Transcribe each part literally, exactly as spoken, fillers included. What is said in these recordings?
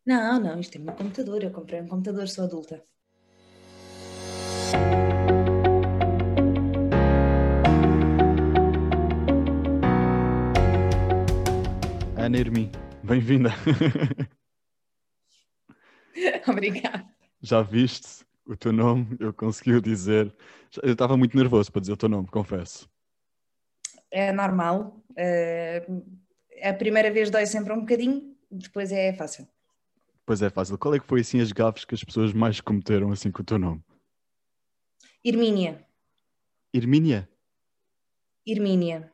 Não, não, isto é meu computador, eu comprei um computador, sou adulta. Ana Hermim, bem-vinda. Obrigada. Já viste o teu nome? Eu consegui o dizer. Eu estava muito nervoso para dizer o teu nome, confesso. É normal. eh, a primeira vez dói sempre um bocadinho, depois é fácil. Pois é, fácil. Qual é que foi assim as gafes que as pessoas mais cometeram assim com o teu nome? Irmínia. Hermínia? Irmínia.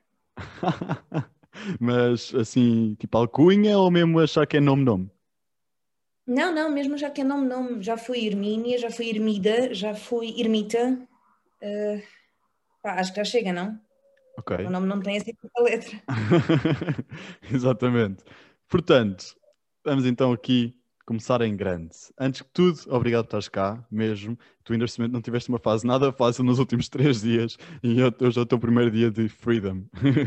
Mas assim, tipo alcunha ou mesmo achar que é nome-nome? Não, não, mesmo já que é nome, nome. Já fui Irmínia, já fui Irmida, já fui Ermita. eh, pá, acho que já chega, não? Ok. O nome não tem assim tanta letra. Exatamente. Portanto, vamos então aqui começar em grande. Antes de tudo, obrigado por estares cá, mesmo. Tu ainda por não tiveste uma fase nada fácil nos últimos três dias e eu- hoje é o teu primeiro dia de freedom.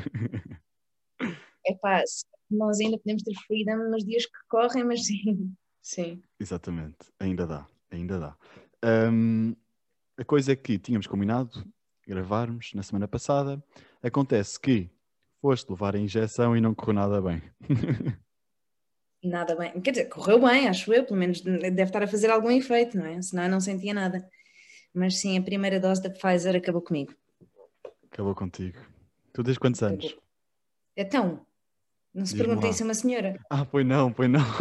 É pá, nós ainda podemos ter freedom nos dias que correm, mas sim. Sim. Exatamente. Ainda dá, ainda dá. Hum, a coisa é que tínhamos combinado gravarmos na semana passada. Acontece que foste levar a injeção e não correu nada bem. Nada bem. Quer dizer, correu bem, acho eu, pelo menos deve estar a fazer algum efeito, não é? Senão eu não sentia nada. Mas sim, a primeira dose da Pfizer acabou comigo. Acabou contigo. Tu desde quantos Acabou. anos? Então, não se Diz-me pergunta lá. isso a uma senhora. Ah, pois não, pois não.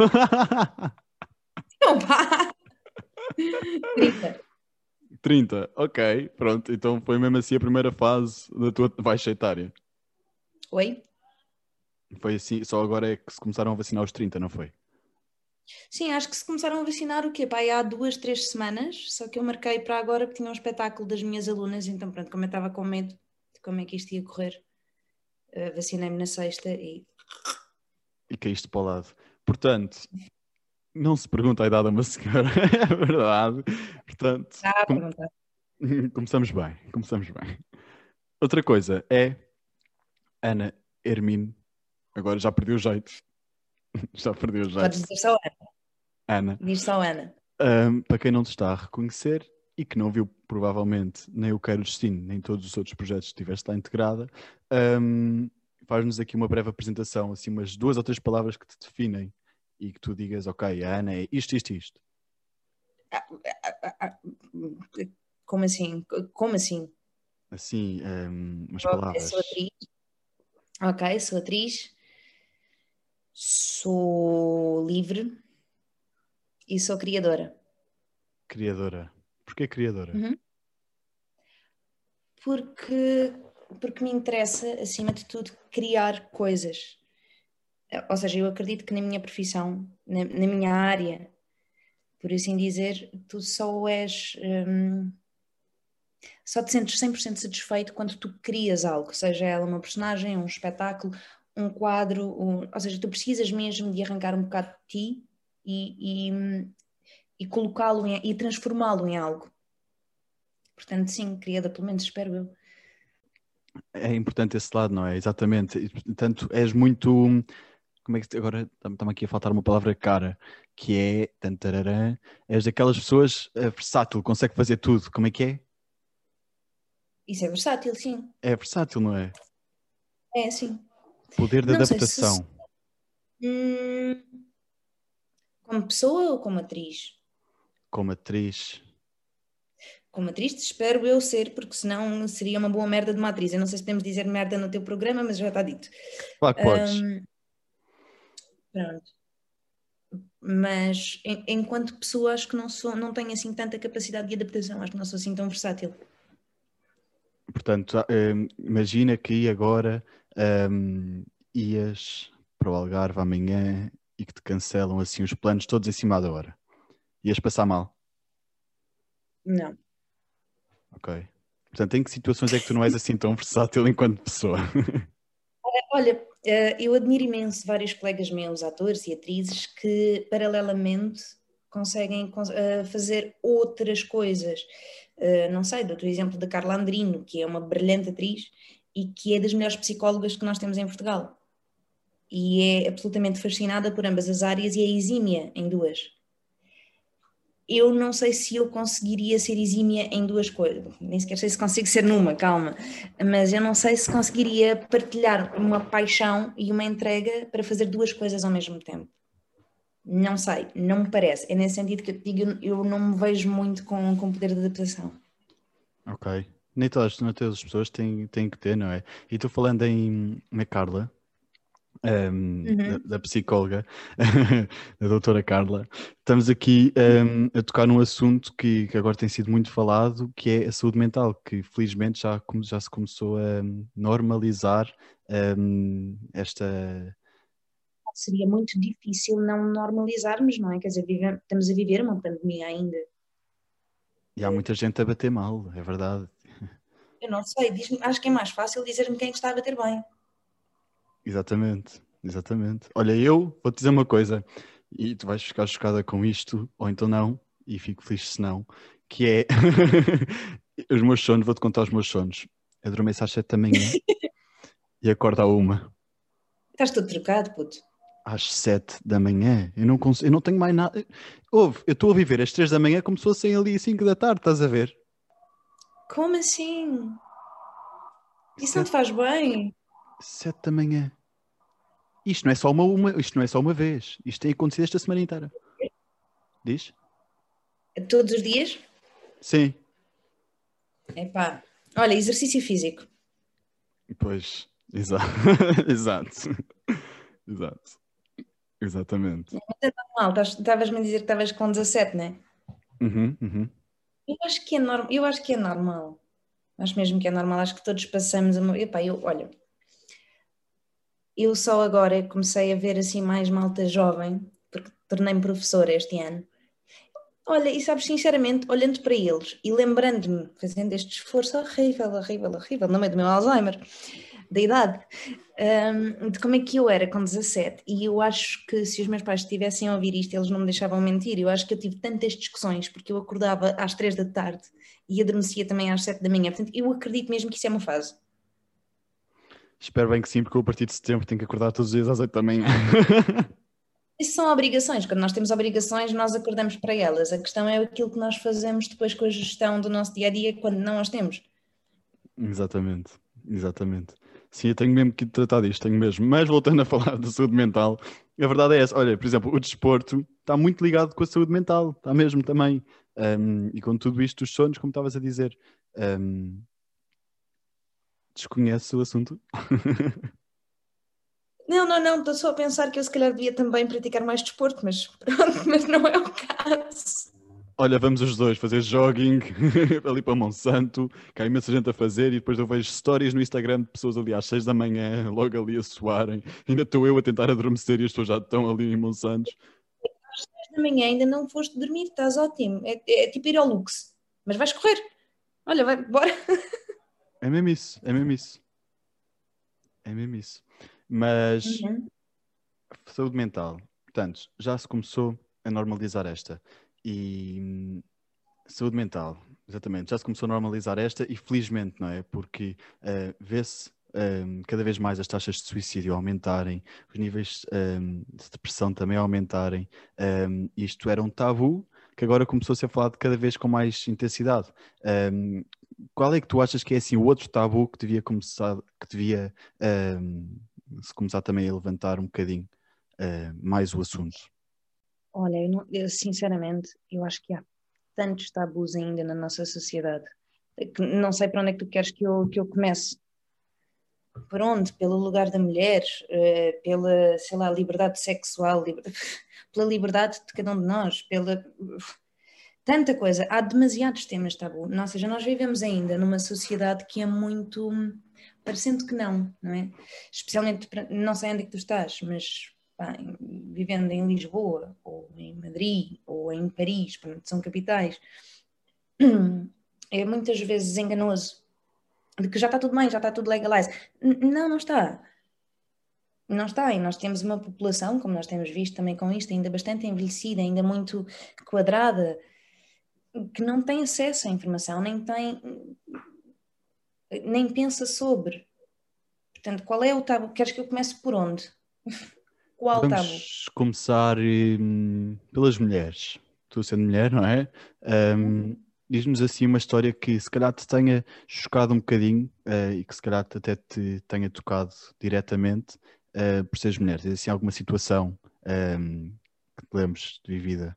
Não, pá! trinta. trinta, ok, pronto. Então foi mesmo assim a primeira fase da tua baixa etária. Oi? Foi assim, só agora é que se começaram a vacinar aos trinta, não foi? Sim, acho que se começaram a vacinar o quê? Pá, aí há duas, três semanas, só que eu marquei para agora porque tinha um espetáculo das minhas alunas, então pronto, como eu estava com medo de como é que isto ia correr, eh, vacinei-me na sexta e E caíste para o lado. Portanto, não se pergunta a idade a uma senhora, é verdade. Portanto, ah, com- perguntar. começamos bem, começamos bem. Outra coisa é Ana Hermine. Agora já perdi o jeito. Já perdi o Podes jeito. dizer só Ana. Ana. Diz só Ana. Ahm, para quem não te está a reconhecer e que não viu provavelmente nem o Quero Destino, nem todos os outros projetos que tiveste lá integrada, ahm, faz-nos aqui uma breve apresentação, assim umas duas ou três palavras que te definem e que tu digas, ok, a Ana é isto, isto, isto. Ah, ah, ah, ah, como assim? Como assim? Assim, ahm, umas Ok, sou palavras. atriz. Ok, sou atriz. Sou livre e sou criadora. Criadora. Porquê criadora? Uhum. Porque, porque me interessa, acima de tudo, criar coisas. Ou seja, eu acredito que na minha profissão, na, na minha área, por assim dizer, tu só és, hum, só te sentes cem por cento satisfeito quando tu crias algo, seja ela uma personagem, um espetáculo, um quadro, um- ou seja, tu precisas mesmo de arrancar um bocado de ti e, e, e colocá-lo em- e transformá-lo em algo. Portanto, sim, criada, pelo menos espero eu. É importante esse lado, não é? Exatamente. E, portanto, és muito. Como é que agora está-me aqui a faltar uma palavra cara, que é tantararã, és daquelas pessoas eh, versátil, consegue fazer tudo. Como é que é? Isso é versátil, sim. É versátil, não é? É, sim. Poder de Não sei se, adaptação hum, como pessoa ou como atriz. como atriz. Como atriz, espero eu ser, porque senão seria uma boa merda de uma atriz. Eu não sei se podemos dizer merda no teu programa, mas já está dito. Claro que podes. Hum, pronto. Mas en- enquanto pessoa, acho que não sou, não tenho assim tanta capacidade de adaptação. Acho que não sou assim tão versátil. Portanto, ah, hum, imagina que agora hum, ias para o Algarve amanhã e que te cancelam assim os planos todos em cima da hora. Ias passar mal, Não. ok? Portanto, em que situações é que tu não és assim tão versátil enquanto pessoa? Olha, eh, eu admiro imenso vários colegas meus, atores e atrizes, que paralelamente conseguem cons- eh, fazer outras coisas. Eh, Não sei, dou-te o exemplo da Carla Andrino, que é uma brilhante atriz e que é das melhores psicólogas que nós temos em Portugal. e é absolutamente fascinada por ambas as áreas e é exímia em duas. Eu não sei se eu conseguiria ser exímia em duas coisas, nem sequer sei se consigo ser numa, calma, mas eu não sei se conseguiria partilhar uma paixão e uma entrega para fazer duas coisas ao mesmo tempo. Não sei, não me parece. É nesse sentido que eu te digo, eu não me vejo muito com, com poder de adaptação. Ok. Nem todas, nem todas as pessoas têm, têm que ter, não é? E tu falando em, na Carla, um, da, Uhum. da psicóloga, da doutora Carla, estamos aqui um, a tocar num assunto que, que agora tem sido muito falado, que é a saúde mental, que felizmente já, já se começou a normalizar um, esta... Seria muito difícil não normalizarmos, não é? Quer dizer, vive, estamos a viver uma pandemia ainda. E há muita gente a bater mal, é verdade. Eu não sei, diz-me, acho que é mais fácil dizer-me quem é que está a bater bem. Exatamente, exatamente. Olha, eu vou-te dizer uma coisa, e tu vais ficar chocada com isto, ou então não, e fico feliz se não, que é os meus sonhos, vou-te contar os meus sonhos. Eu adormeço às sete da manhã e acordo à uma. Estás todo trocado, puto. Às sete da manhã. Eu não, cons... eu não tenho mais nada. Ouve, eu estou a viver às três da manhã como se fossem ali às cinco da tarde, estás a ver? Como assim? Isso não te Sete, faz bem? sete da manhã. Isto não é só uma, uma, isto não é só uma vez. Isto tem acontecido esta semana inteira. Diz? Todos os dias? Sim. Epá, olha, exercício físico. Pois, exato. Exato. Exato. Exatamente. Mas é normal, estás- estavas-me a dizer que estavas com dezassete, não é? Uhum, uhum. Eu acho que é normal, eu acho que é normal. Acho mesmo que é normal, acho que todos passamos a... uma- Epá, eu, olha, eu só agora comecei a ver assim mais malta jovem, porque tornei-me professora este ano. Olha, e sabes, sinceramente, olhando para eles e lembrando-me, fazendo este esforço horrível, horrível, horrível, no meio do meu Alzheimer, da idade, hum, de como é que eu era com dezassete. E eu acho que se os meus pais estivessem a ouvir isto, eles não me deixavam mentir. Eu acho que eu tive tantas discussões, porque eu acordava às três da tarde e adormecia também às sete da manhã. Portanto, eu acredito mesmo que isso é uma fase. Espero bem que sim, porque eu a partir de setembro tenho que acordar todos os dias às oito da manhã. Isso são obrigações. Quando nós temos obrigações, nós acordamos para elas. A questão é aquilo que nós fazemos depois com a gestão do nosso dia a dia quando não as temos. Exatamente, exatamente. Sim, eu tenho mesmo que tratar disto, tenho mesmo. Mas voltando a falar da saúde mental, a verdade é essa. Olha, por exemplo, o desporto está muito ligado com a saúde mental, está mesmo também. Um, e com tudo isto dos sonhos, como estavas a dizer. Um, desconhece o assunto? Não, não, não, estou só a pensar que eu se calhar devia também praticar mais desporto, mas pronto, mas não é o caso. Olha, vamos os dois fazer jogging ali para Monsanto, que há imensa gente a fazer, e depois eu vejo stories no Instagram de pessoas ali às seis da manhã, logo ali a suarem. Ainda estou eu a tentar adormecer e as pessoas já estão ali em Monsanto. Às seis da manhã ainda não foste dormir, estás ótimo. É, é tipo ir ao luxo, mas vais correr. Olha, vai, bora. É mesmo isso, é mesmo isso, é mesmo isso. Mas Uhum. saúde mental, portanto, já se começou a normalizar esta. E hum, saúde mental, exatamente, já se começou a normalizar esta e felizmente, não é? Porque uh, vê-se um, cada vez mais as taxas de suicídio aumentarem, os níveis um, de depressão também aumentarem. Um, isto era um tabu que agora começou a ser falado cada vez com mais intensidade. Um, qual é que tu achas que é assim o outro tabu que devia começar, que devia um, se começar também a levantar um bocadinho uh, mais o assunto? Olha, eu, não- eu, sinceramente, eu acho que há tantos tabus ainda na nossa sociedade que não sei para onde é que tu queres que eu, que eu comece. Por onde? Pelo lugar da mulher, eh, pela, sei lá, liberdade sexual, liber- pela liberdade de cada um de nós, pela tanta coisa. Há demasiados temas tabu. Ou seja, nós vivemos ainda numa sociedade que é muito, parecendo que não, não é? Especialmente, para- não sei onde é que tu estás, mas pá, vivendo em Lisboa, ou em Madrid, ou em Paris, pronto, são capitais, é muitas vezes enganoso de que já está tudo bem, já está tudo legalized. N- Não, não está. Não está, e nós temos uma população, como nós temos visto também com isto, ainda bastante envelhecida, ainda muito quadrada, que não tem acesso à informação, nem tem, nem pensa sobre. Portanto, qual é o tabu? Queres que eu comece por onde? Qual tabu? Vamos começar hum, pelas mulheres. Tu sendo mulher, não é? Hum, diz-nos assim uma história que se calhar te tenha chocado um bocadinho eh, e que se calhar até te tenha tocado diretamente eh, por seres mulher. Tens assim alguma situação hum, que te lembres de vivida?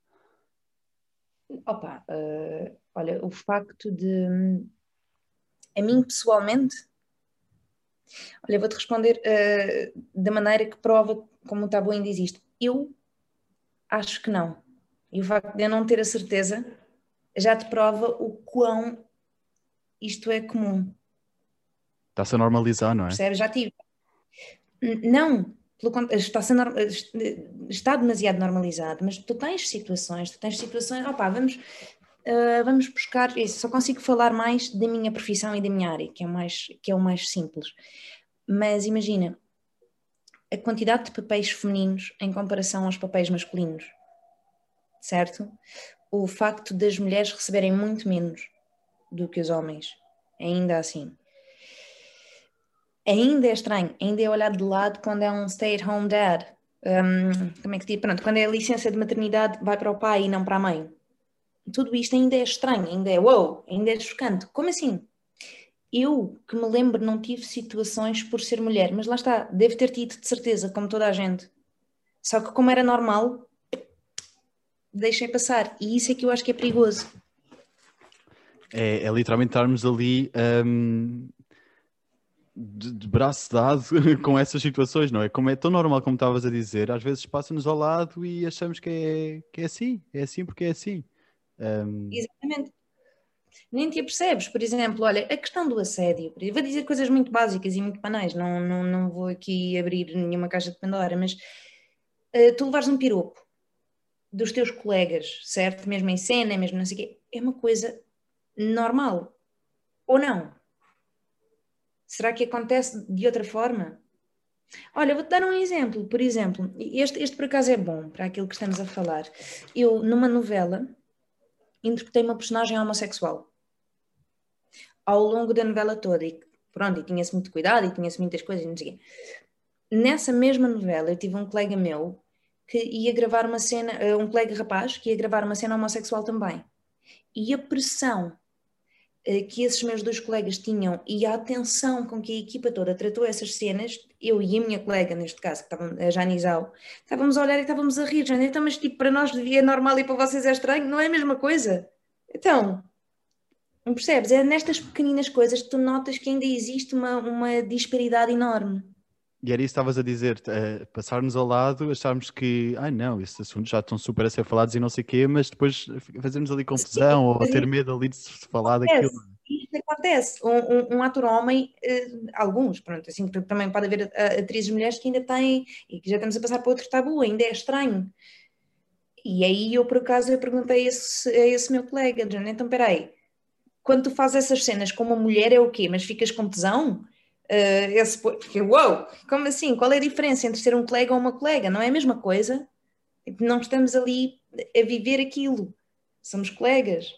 Opa, eh, olha, o facto de, a mim pessoalmente, olha, vou-te responder eh, da maneira que prova como o tabu ainda existe. Eu acho que não. E o facto de eu não ter a certeza já te prova o quão isto é comum. Está-se a normalizar, não é? Percebes? Já tive. N- Não, pelo contrário, está, a ser norma- está demasiado normalizado, mas tu tens situações, tu tens situações, opá, vamos, ah, vamos buscar isso. Só consigo falar mais da minha profissão e da minha área, que é o mais, que é o mais simples. Mas imagina, a quantidade de papéis femininos em comparação aos papéis masculinos, certo? O facto das mulheres receberem muito menos do que os homens, ainda assim. Ainda é estranho, ainda é olhado de lado quando é um stay-at-home dad. Um, como é que se diz? Pronto, quando é a licença de maternidade vai para o pai e não para a mãe. Tudo isto ainda é estranho, ainda é wow, ainda é chocante. Como assim? Eu, que me lembro, não tive situações por ser mulher, mas lá está, devo ter tido de certeza, como toda a gente. Só que como era normal, deixei passar. E isso é que eu acho que é perigoso. É, é literalmente estarmos ali hum, de, de braço dado com essas situações, não é? Como é tão normal como estavas a dizer, às vezes passa-nos ao lado e achamos que é, que é assim, é assim porque é assim. Hum, Exatamente. Nem te apercebes, por exemplo, olha, a questão do assédio. Eu vou dizer coisas muito básicas e muito banais, não, não, não vou aqui abrir nenhuma caixa de Pandora, mas uh, tu levares um piropo dos teus colegas, certo? Mesmo em cena, mesmo não sei o quê, é uma coisa normal. Ou não? Será que acontece de outra forma? Olha, vou-te dar um exemplo. Por exemplo, este, este por acaso é bom para aquilo que estamos a falar. Eu, numa novela, interpretei uma personagem homossexual ao longo da novela toda. E pronto, e tinha-se muito cuidado e tinha-se muitas coisas, não sei o quê. Nessa mesma novela, eu tive um colega meu que ia gravar uma cena, eh, um colega rapaz que ia gravar uma cena homossexual também. E a pressão eh, que esses meus dois colegas tinham e a atenção com que a equipa toda tratou essas cenas, eu e a minha colega, neste caso, que estava, a Janizal, estávamos a olhar e estávamos a rir, já, então, mas tipo, para nós é normal e para vocês é estranho, não é a mesma coisa? Então, não percebes? É nestas pequeninas coisas que tu notas que ainda existe uma, uma disparidade enorme. e era isso que estavas a dizer, eh, passarmos ao lado, acharmos que, ai não, esses assuntos já estão super a ser falados e não sei o quê, mas depois fazermos ali Sim, confusão ou mas ter isto medo ali de se falar daquilo. acontece. Isto acontece. Um, um, um ator homem, eh, alguns, pronto, assim, também pode haver eh, atrizes mulheres que ainda têm, e que já estamos a passar para outro tabu, ainda é estranho. E aí eu, por acaso, eu perguntei a esse, a esse meu colega, John, então peraí, quando tu fazes essas cenas com uma mulher é o quê? Mas ficas com tesão? Uh, esse, porque, uou, como assim? Qual é a diferença entre ser um colega ou uma colega? Não é a mesma coisa? Não estamos ali a viver aquilo. Somos colegas.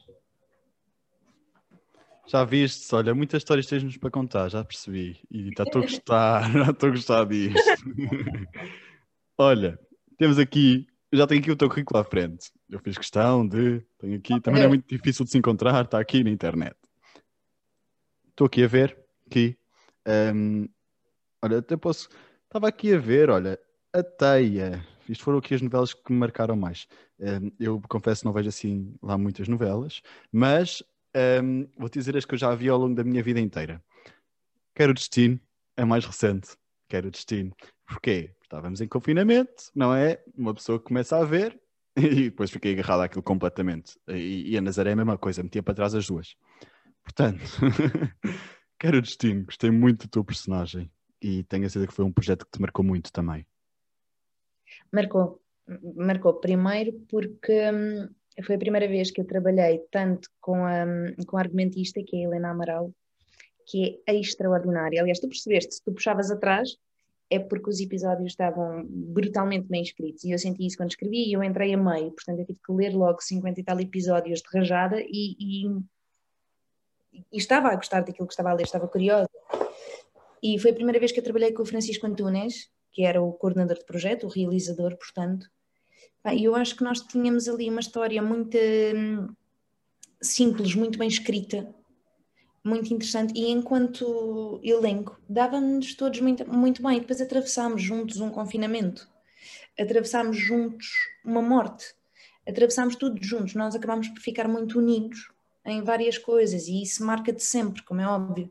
Já viste, olha, muitas histórias tens-nos para contar, já percebi. E já estou a gostar, já estou a gostar disto. Olha, temos aqui, já tenho aqui o teu currículo à frente. Eu fiz questão de, tenho aqui, também não é muito difícil de se encontrar, está aqui na internet. Estou aqui a ver que, hum, olha, até posso, estava aqui a ver, olha, a Teia. Isto foram aqui as novelas que me marcaram mais. Hum, eu confesso que não vejo assim lá muitas novelas, mas hum, vou-te dizer as que eu já vi ao longo da minha vida inteira. Quero o Destino, é mais recente. Quero o Destino. Porquê? Estávamos em confinamento, não é? Uma pessoa que começa a ver e depois fiquei agarrado àquilo completamente. E, e a Nazaré é a mesma coisa, metia para trás as duas. Portanto, Quero o Destino, gostei muito do teu personagem e tenho a certeza que foi um projeto que te marcou muito também. Marcou. Marcou. Primeiro porque hum, foi a primeira vez que eu trabalhei tanto com a, com a argumentista, que é a Helena Amaral, que é extraordinária. Aliás, tu percebeste, se tu puxavas atrás, é porque os episódios estavam brutalmente bem escritos. E eu senti isso quando escrevi e eu entrei a meio. Portanto, eu tive que ler logo cinquenta e tal episódios de rajada e, e, e estava a gostar daquilo que estava a ler, estava curiosa. E foi a primeira vez que eu trabalhei com o Francisco Antunes que era o coordenador de projeto, o realizador, portanto. E eu acho que nós tínhamos ali uma história muito hum, simples, muito bem escrita, muito interessante, e enquanto elenco dava-nos todos muito, muito bem. Depois atravessámos juntos um confinamento, atravessámos juntos uma morte, atravessámos tudo juntos. Nós acabámos por ficar muito unidos em várias coisas, e isso marca-te sempre, como é óbvio.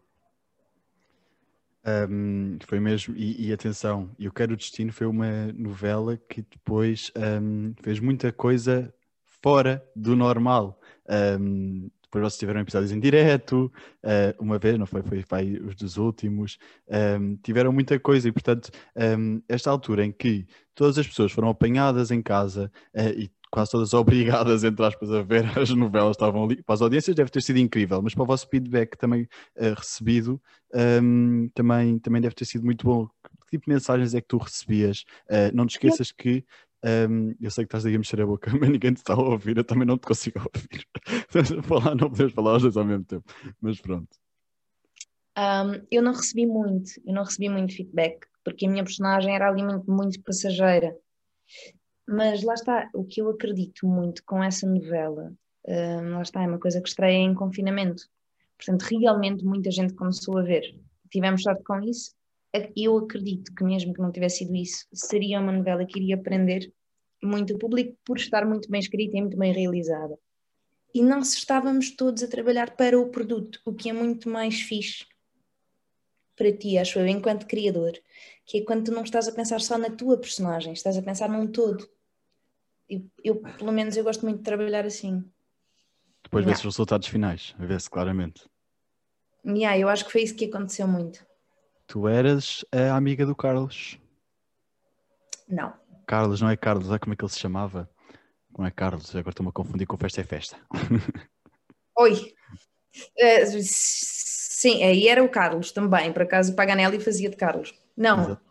Um, foi mesmo, e, e atenção, Eu Quero o Destino foi uma novela que depois um, fez muita coisa fora do normal. Um, depois vocês tiveram episódios em direto, uh, uma vez, não foi? Foi, foi os dos últimos. Um, tiveram muita coisa e, portanto, um, esta altura em que todas as pessoas foram apanhadas em casa uh, e quase todas obrigadas, entre aspas, a ver as novelas, estavam ali. Para as audiências deve ter sido incrível, mas para o vosso feedback também uh, recebido, um, também, também deve ter sido muito bom. Que tipo de mensagens é que tu recebias? Uh, não te esqueças que um, eu sei que estás aí a mexer a boca, mas ninguém te está a ouvir, eu também não te consigo ouvir. Falar, não podemos falar os dois ao mesmo tempo, mas pronto. Um, eu não recebi muito, eu não recebi muito feedback, porque a minha personagem era ali muito, muito passageira. Mas lá está, o que eu acredito muito com essa novela, um, lá está, é uma coisa que estreia em confinamento. Portanto, realmente muita gente começou a ver. Tivemos sorte com isso. Eu acredito que mesmo que não tivesse sido isso, seria uma novela que iria prender muito o público por estar muito bem escrita e muito bem realizada. E nós estávamos todos a trabalhar para o produto, o que é muito mais fixe para ti, acho eu, enquanto criador, que é quando tu não estás a pensar só na tua personagem, estás a pensar num todo. Eu, eu pelo menos, eu gosto muito de trabalhar assim. Depois vê-se os resultados finais, vê-se claramente. Yeah, eu acho que foi isso que aconteceu muito. Tu eras a amiga do Carlos. Não. Carlos, não é Carlos, é como é que ele se chamava? Não é Carlos, agora estou-me a confundir com Festa é Festa. Oi. Uh, sim, aí era o Carlos também, por acaso o Paganelli fazia de Carlos. Não. Exato.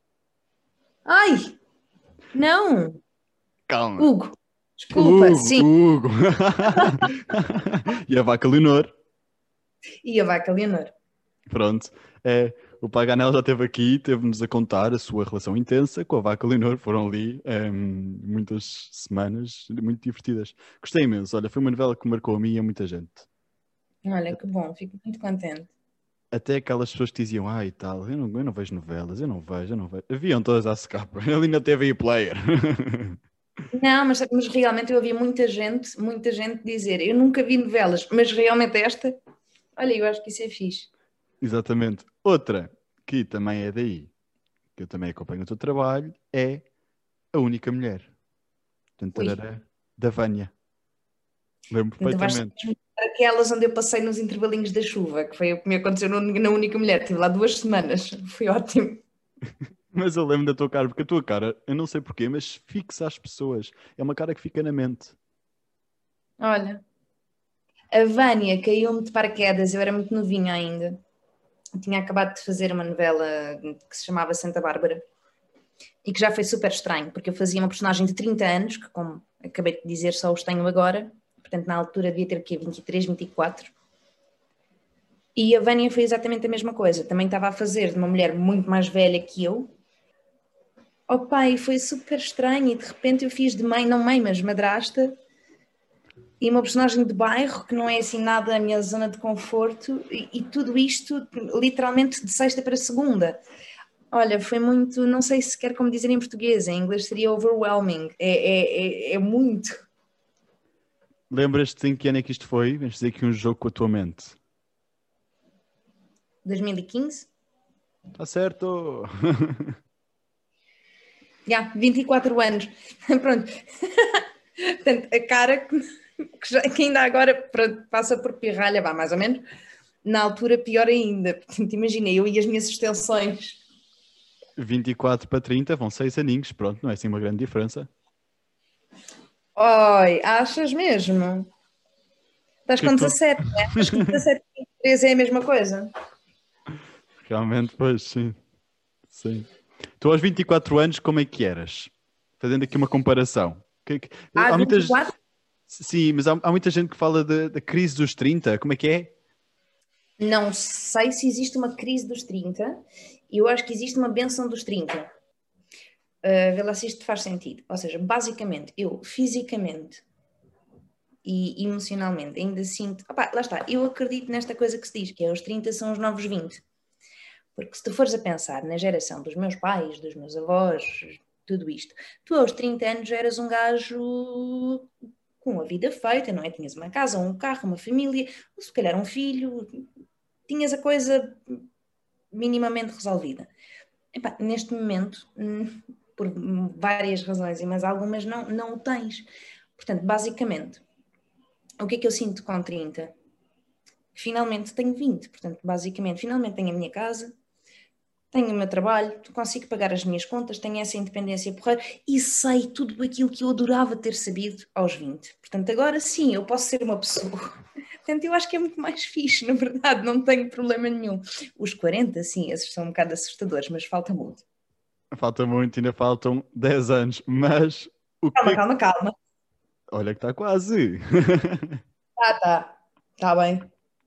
Ai! Não! Calma. Hugo. Desculpa, Hugo, sim. Hugo. E a Vaca Leonor. E a Vaca Leonor. Pronto. É, o Paganel já esteve aqui, teve-nos a contar a sua relação intensa com a Vaca Leonor. Foram ali um, muitas semanas muito divertidas. Gostei imenso. Olha, foi uma novela que marcou a mim e a muita gente. Olha, que bom. Fico muito contente. Até aquelas pessoas que diziam, ah e tal, eu não, eu não vejo novelas, eu não vejo, eu não vejo. Haviam todas à secapa. Ali na T V Player. Não, mas, mas realmente eu ouvi muita gente, muita gente dizer, eu nunca vi novelas, mas realmente esta, olha, eu acho que isso é fixe. Exatamente. Outra, que também é daí, que eu também acompanho o teu trabalho, é A Única Mulher. Portanto, era da Vânia. Lembro perfeitamente. Aquelas onde eu passei nos intervalinhos da chuva, que foi o que me aconteceu na Única Mulher. Estive lá duas semanas, foi ótimo. Mas eu lembro da tua cara, porque a tua cara, eu não sei porquê, mas fixa as pessoas. É uma cara que fica na mente. Olha, a Vânia caiu-me de paraquedas, eu era muito novinha ainda. Eu tinha acabado de fazer uma novela que se chamava Santa Bárbara e que já foi super estranho, porque eu fazia uma personagem de trinta anos, que como acabei de dizer só os tenho agora, portanto na altura devia ter aqui vinte e três, vinte e quatro. E a Vânia foi exatamente a mesma coisa, também estava a fazer de uma mulher muito mais velha que eu. Opa, e foi super estranho, e de repente eu fiz de mãe, não mãe, mas madrasta, e uma personagem de bairro, que não é assim nada a minha zona de conforto, e, e tudo isto literalmente de sexta para segunda. Olha, foi muito, não sei sequer como dizer em português, em inglês seria overwhelming, é, é, é, é muito. Lembras-te em que ano é que isto foi? Vamos dizer aqui um jogo com a tua mente. dois mil e quinze? Está certo! Já, yeah, vinte e quatro anos. Pronto. Portanto, a cara que, já, que ainda agora passa por pirralha, vá, mais ou menos. Na altura, pior ainda. Portanto, imagina, eu e as minhas extensões. vinte e quatro para trinta, vão seis aninhos. Pronto, não é assim uma grande diferença. Oi, achas mesmo? Estás com dezassete, não é? Estás com dezassete e vinte e três é a mesma coisa? Realmente, pois, sim. Sim. Tu aos vinte e quatro anos, como é que eras? Fazendo aqui uma comparação. Que, que, ah, há muitas... vinte e quatro? Sim, mas há, há muita gente que fala da crise dos trinta. Como é que é? Não sei se existe uma crise dos trinta. Eu acho que existe uma benção dos trinta. Uh, vê lá se isto faz sentido. Ou seja, basicamente, eu fisicamente e emocionalmente ainda sinto... Opá, lá está, eu acredito nesta coisa que se diz, que é os trinta são os novos vinte. Porque se tu fores a pensar na geração dos meus pais, dos meus avós, tudo isto, tu aos trinta anos já eras um gajo com a vida feita, não é? Tinhas uma casa, um carro, uma família, ou se calhar um filho, tinhas a coisa minimamente resolvida. Epá, neste momento, por várias razões, e mais algumas não, não o tens. Portanto, basicamente, o que é que eu sinto com trinta? Finalmente tenho vinte, portanto, basicamente, finalmente tenho a minha casa, tenho o meu trabalho, consigo pagar as minhas contas, tenho essa independência porreira e sei tudo aquilo que eu adorava ter sabido aos vinte. Portanto, agora sim, eu posso ser uma pessoa. Portanto, eu acho que é muito mais fixe, na verdade, não tenho problema nenhum. Os quarenta, sim, esses são um bocado assustadores, mas falta muito. Falta muito, ainda faltam dez anos, mas o que Calma, é que... calma, calma. Olha que está quase. Tá, tá, tá bem.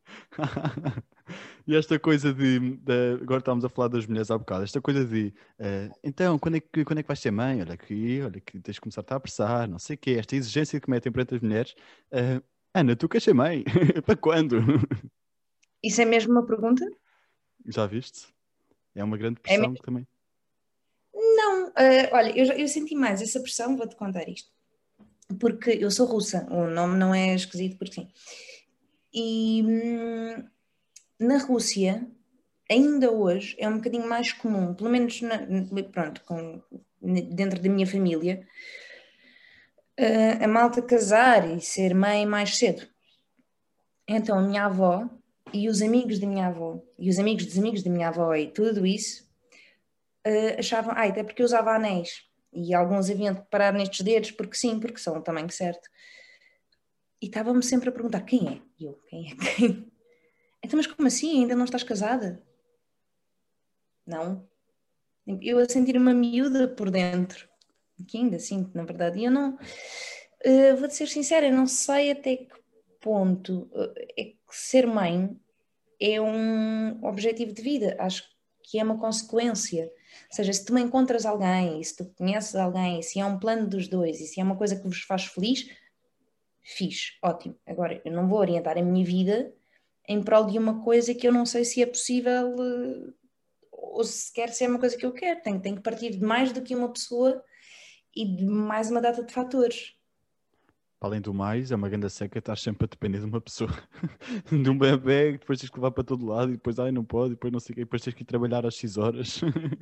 E esta coisa de, de- agora estávamos a falar das mulheres há bocado, esta coisa de eh, então, quando é que, quando é que vais ser mãe? Olha aqui, olha que tens de começar a apressar, não sei o quê, esta exigência que metem perante as mulheres. Eh, Ana, tu queres ser mãe? Para quando? Isso é mesmo uma pergunta? Já viste? É uma grande É pressão mesmo? também. Não, eh, olha, eu, já- eu senti mais essa pressão, vou-te contar isto. Porque eu sou russa, o nome não é esquisito porque sim. E hum, na Rússia, ainda hoje, é um bocadinho mais comum, pelo menos na- pronto, com- dentro da minha família, eh, a malta casar e ser mãe mais cedo. Então a minha avó e os amigos da minha avó e os amigos dos amigos da minha avó e tudo isso eh, achavam, ai, até porque eu usava anéis e alguns haviam de parar nestes dedos porque sim, porque são o tamanho certo. E estavam-me sempre a perguntar quem é? E eu, quem é quem? Então, mas como assim? Ainda não estás casada? Não. Eu a sentir uma miúda por dentro, que ainda sinto, na verdade. E eu não, uh, vou-te ser sincera, eu não sei até que ponto uh, é que ser mãe é um objetivo de vida. Acho que é uma consequência. Ou seja, se tu encontras alguém, e se tu conheces alguém, e se é um plano dos dois, e se é uma coisa que vos faz feliz, fixe, ótimo. Agora, eu não vou orientar a minha vida em prol de uma coisa que eu não sei se é possível uh, ou sequer se é uma coisa que eu quero. Tem, tem que partir de mais do que uma pessoa e de mais uma data de fatores. Além do mais, é uma grande seca, estás sempre a depender de uma pessoa, de um bebê, que depois tens que levar para todo lado, e depois, ai, não pode, e depois não sei o quê, e depois tens que ir trabalhar às X horas.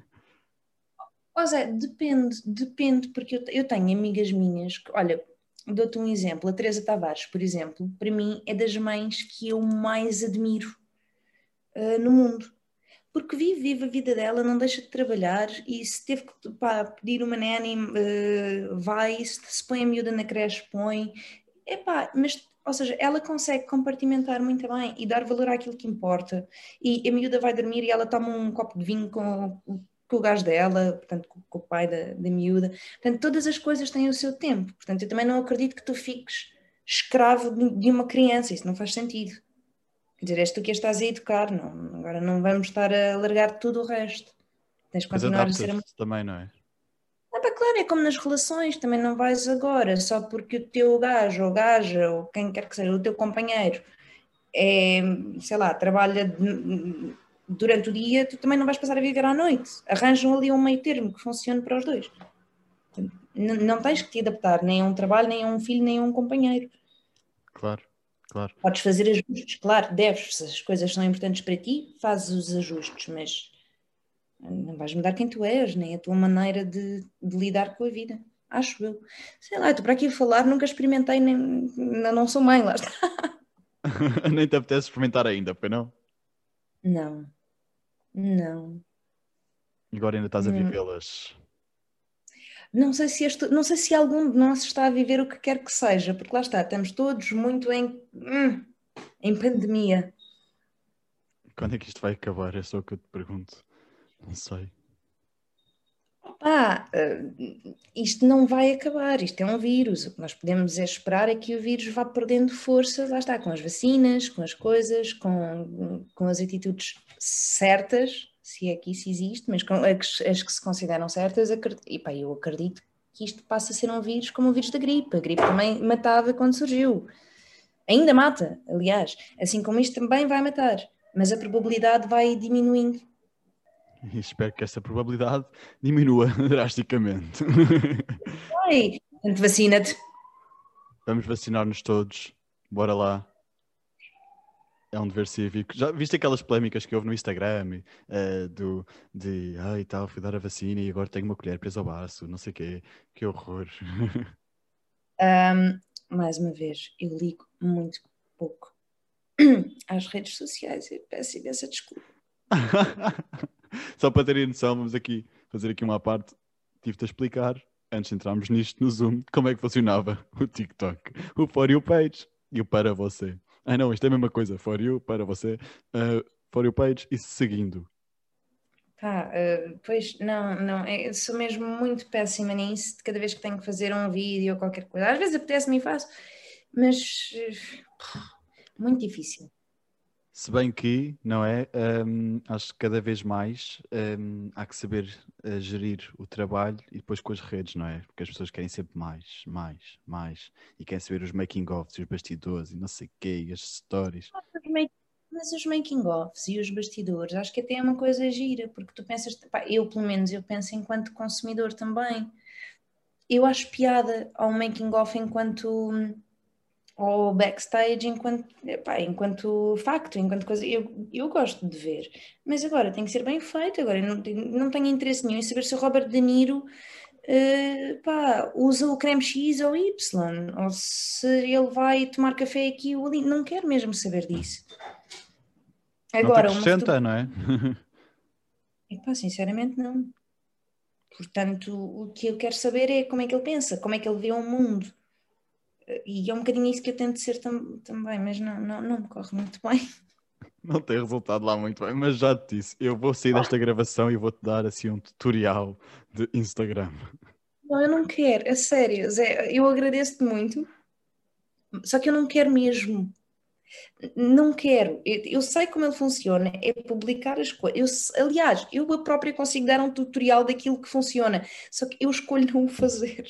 Ó Zé, depende, depende, porque eu, eu tenho amigas minhas que, olha, dou-te um exemplo, a Teresa Tavares, por exemplo, para mim é das mães que eu mais admiro uh, no mundo. Porque vive, vive a vida dela, não deixa de trabalhar e se teve que pá, pedir uma nanny, uh, vai, se, se põe a miúda na creche, põe. Epá, mas, ou seja, ela consegue compartimentar muito bem e dar valor àquilo que importa. E a miúda vai dormir e ela toma um copo de vinho com, com o gajo dela, portanto, com, com o pai da, da miúda. Portanto, todas as coisas têm o seu tempo. Portanto, eu também não acredito que tu fiques escravo de, de uma criança, isso não faz sentido. Quer dizer, és tu que a estás a educar, não, agora não vamos estar a largar tudo o resto. Tens de Depois continuar a ser uma... adaptas-te também, não é? Ah, pá, claro, é como nas relações, também não vais agora, só porque o teu gajo ou gaja, ou quem quer que seja, o teu companheiro, é, sei lá, trabalha de- durante o dia, tu também não vais passar a viver à noite. Arranjam ali um meio termo que funcione para os dois. N- não tens que te adaptar nem a um trabalho, nem a um filho, nem a um companheiro. Claro, claro. Podes fazer ajustes, claro, deves, se as coisas são importantes para ti, fazes os ajustes, mas não vais mudar quem tu és, nem a tua maneira de, de lidar com a vida. Acho eu. Sei lá, estou para aqui a falar, nunca experimentei, nem, não, não sou mãe, lá está. Nem te apetece experimentar ainda, pois não? Não, não. Agora ainda estás a Hum, vivê-las. Não sei se este, não sei se algum de nós está a viver o que quer que seja, porque lá está, estamos todos muito em, hum, em pandemia. Quando é que isto vai acabar? É só o que eu te pergunto. Não sei. Ah, eh, isto não vai acabar, isto é um vírus. O que nós podemos é esperar é que o vírus vá perdendo força, lá está, com as vacinas, com as coisas, com, com as atitudes certas, se é que isso existe, mas com as, as que se consideram certas, acredito, e pá, eu acredito que isto passa a ser um vírus como o vírus da gripe. A gripe também matava quando surgiu. Ainda mata, aliás, assim como isto também vai matar, mas a probabilidade vai diminuindo. E espero que essa probabilidade diminua drasticamente. Ai, portanto, vacina-te. Vamos vacinar-nos todos. Bora lá. É um dever cívico. Já viste aquelas polémicas que houve no Instagram uh, do, de ai tal, fui dar a vacina e agora tenho uma colher presa ao baço, não sei o quê. Que horror. Um, mais uma vez, eu ligo muito pouco às redes sociais. Eu peço imensa desculpa. Só para terem noção, vamos aqui fazer aqui uma parte. Tive-te a explicar, antes de entrarmos nisto no Zoom, como é que funcionava o TikTok. O For You Page e o Para Você. Ah não, isto é a mesma coisa. For You, Para Você. Uh, For You Page e seguindo. Pá, uh, pois não, não, eu sou mesmo muito péssima nisso, de cada vez que tenho que fazer um vídeo ou qualquer coisa. Às vezes apetece-me e faço, mas uh, muito difícil. Se bem que, não é? Um, acho que cada vez mais um, há que saber uh, gerir o trabalho e depois com as redes, não é? Porque as pessoas querem sempre mais, mais, mais. E querem saber os making-ofs e os bastidores e não sei o quê, e as stories. Mas os making-offs e os bastidores, acho que até é uma coisa gira, porque tu pensas, pá, eu pelo menos, eu penso enquanto consumidor também. Eu acho piada ao making-off enquanto, ao backstage enquanto, epá, enquanto facto, enquanto coisa, eu, eu gosto de ver. Mas agora tem que ser bem feito, agora eu não, tenho- não tenho interesse nenhum em saber se o Robert De Niro eh, pá, usa o creme X ou Y, ou se ele vai tomar café aqui ou ali, não quero mesmo saber disso. Não te Agora, uma acrescenta, fotografia, não é? epá, sinceramente não. Portanto, o que eu quero saber é como é que ele pensa, como é que ele vê o mundo. E é um bocadinho isso que eu tento ser tam também, mas não, não, não me corre muito bem. Não tem resultado lá muito bem, mas já te disse, eu vou sair desta gravação e vou-te dar assim um tutorial de Instagram. Não, eu não quero, a sério, Zé, eu agradeço-te muito, só que eu não quero mesmo. Não quero. Eu, eu sei como ele funciona, é publicar as coisas. Eu, aliás, eu a própria consigo dar um tutorial daquilo que funciona, só que eu escolho não o fazer,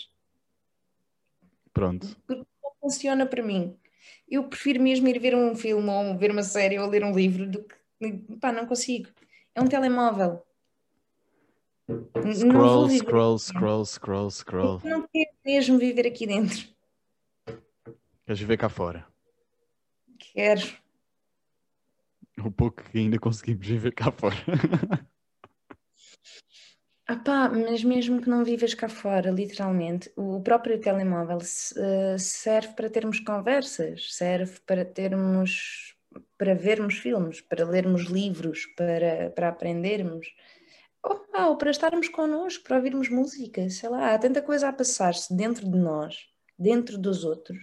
Pronto. porque não funciona para mim. Eu prefiro mesmo ir ver um filme ou ver uma série ou ler um livro do que. Pá, não consigo. É um telemóvel. Não vou Scroll, viver scroll, aqui dentro. scroll, scroll, Eu scroll. não quero mesmo viver aqui dentro. Queres viver cá fora? Quero. O pouco que ainda conseguimos viver cá fora. Ah pá, mas mesmo que não vivas cá fora, literalmente, o próprio telemóvel se- eh, serve para termos conversas, serve para termos, para vermos filmes, para lermos livros, para, para aprendermos, ou, ah, ou para estarmos connosco, para ouvirmos música, sei lá, há tanta coisa a passar-se dentro de nós, dentro dos outros.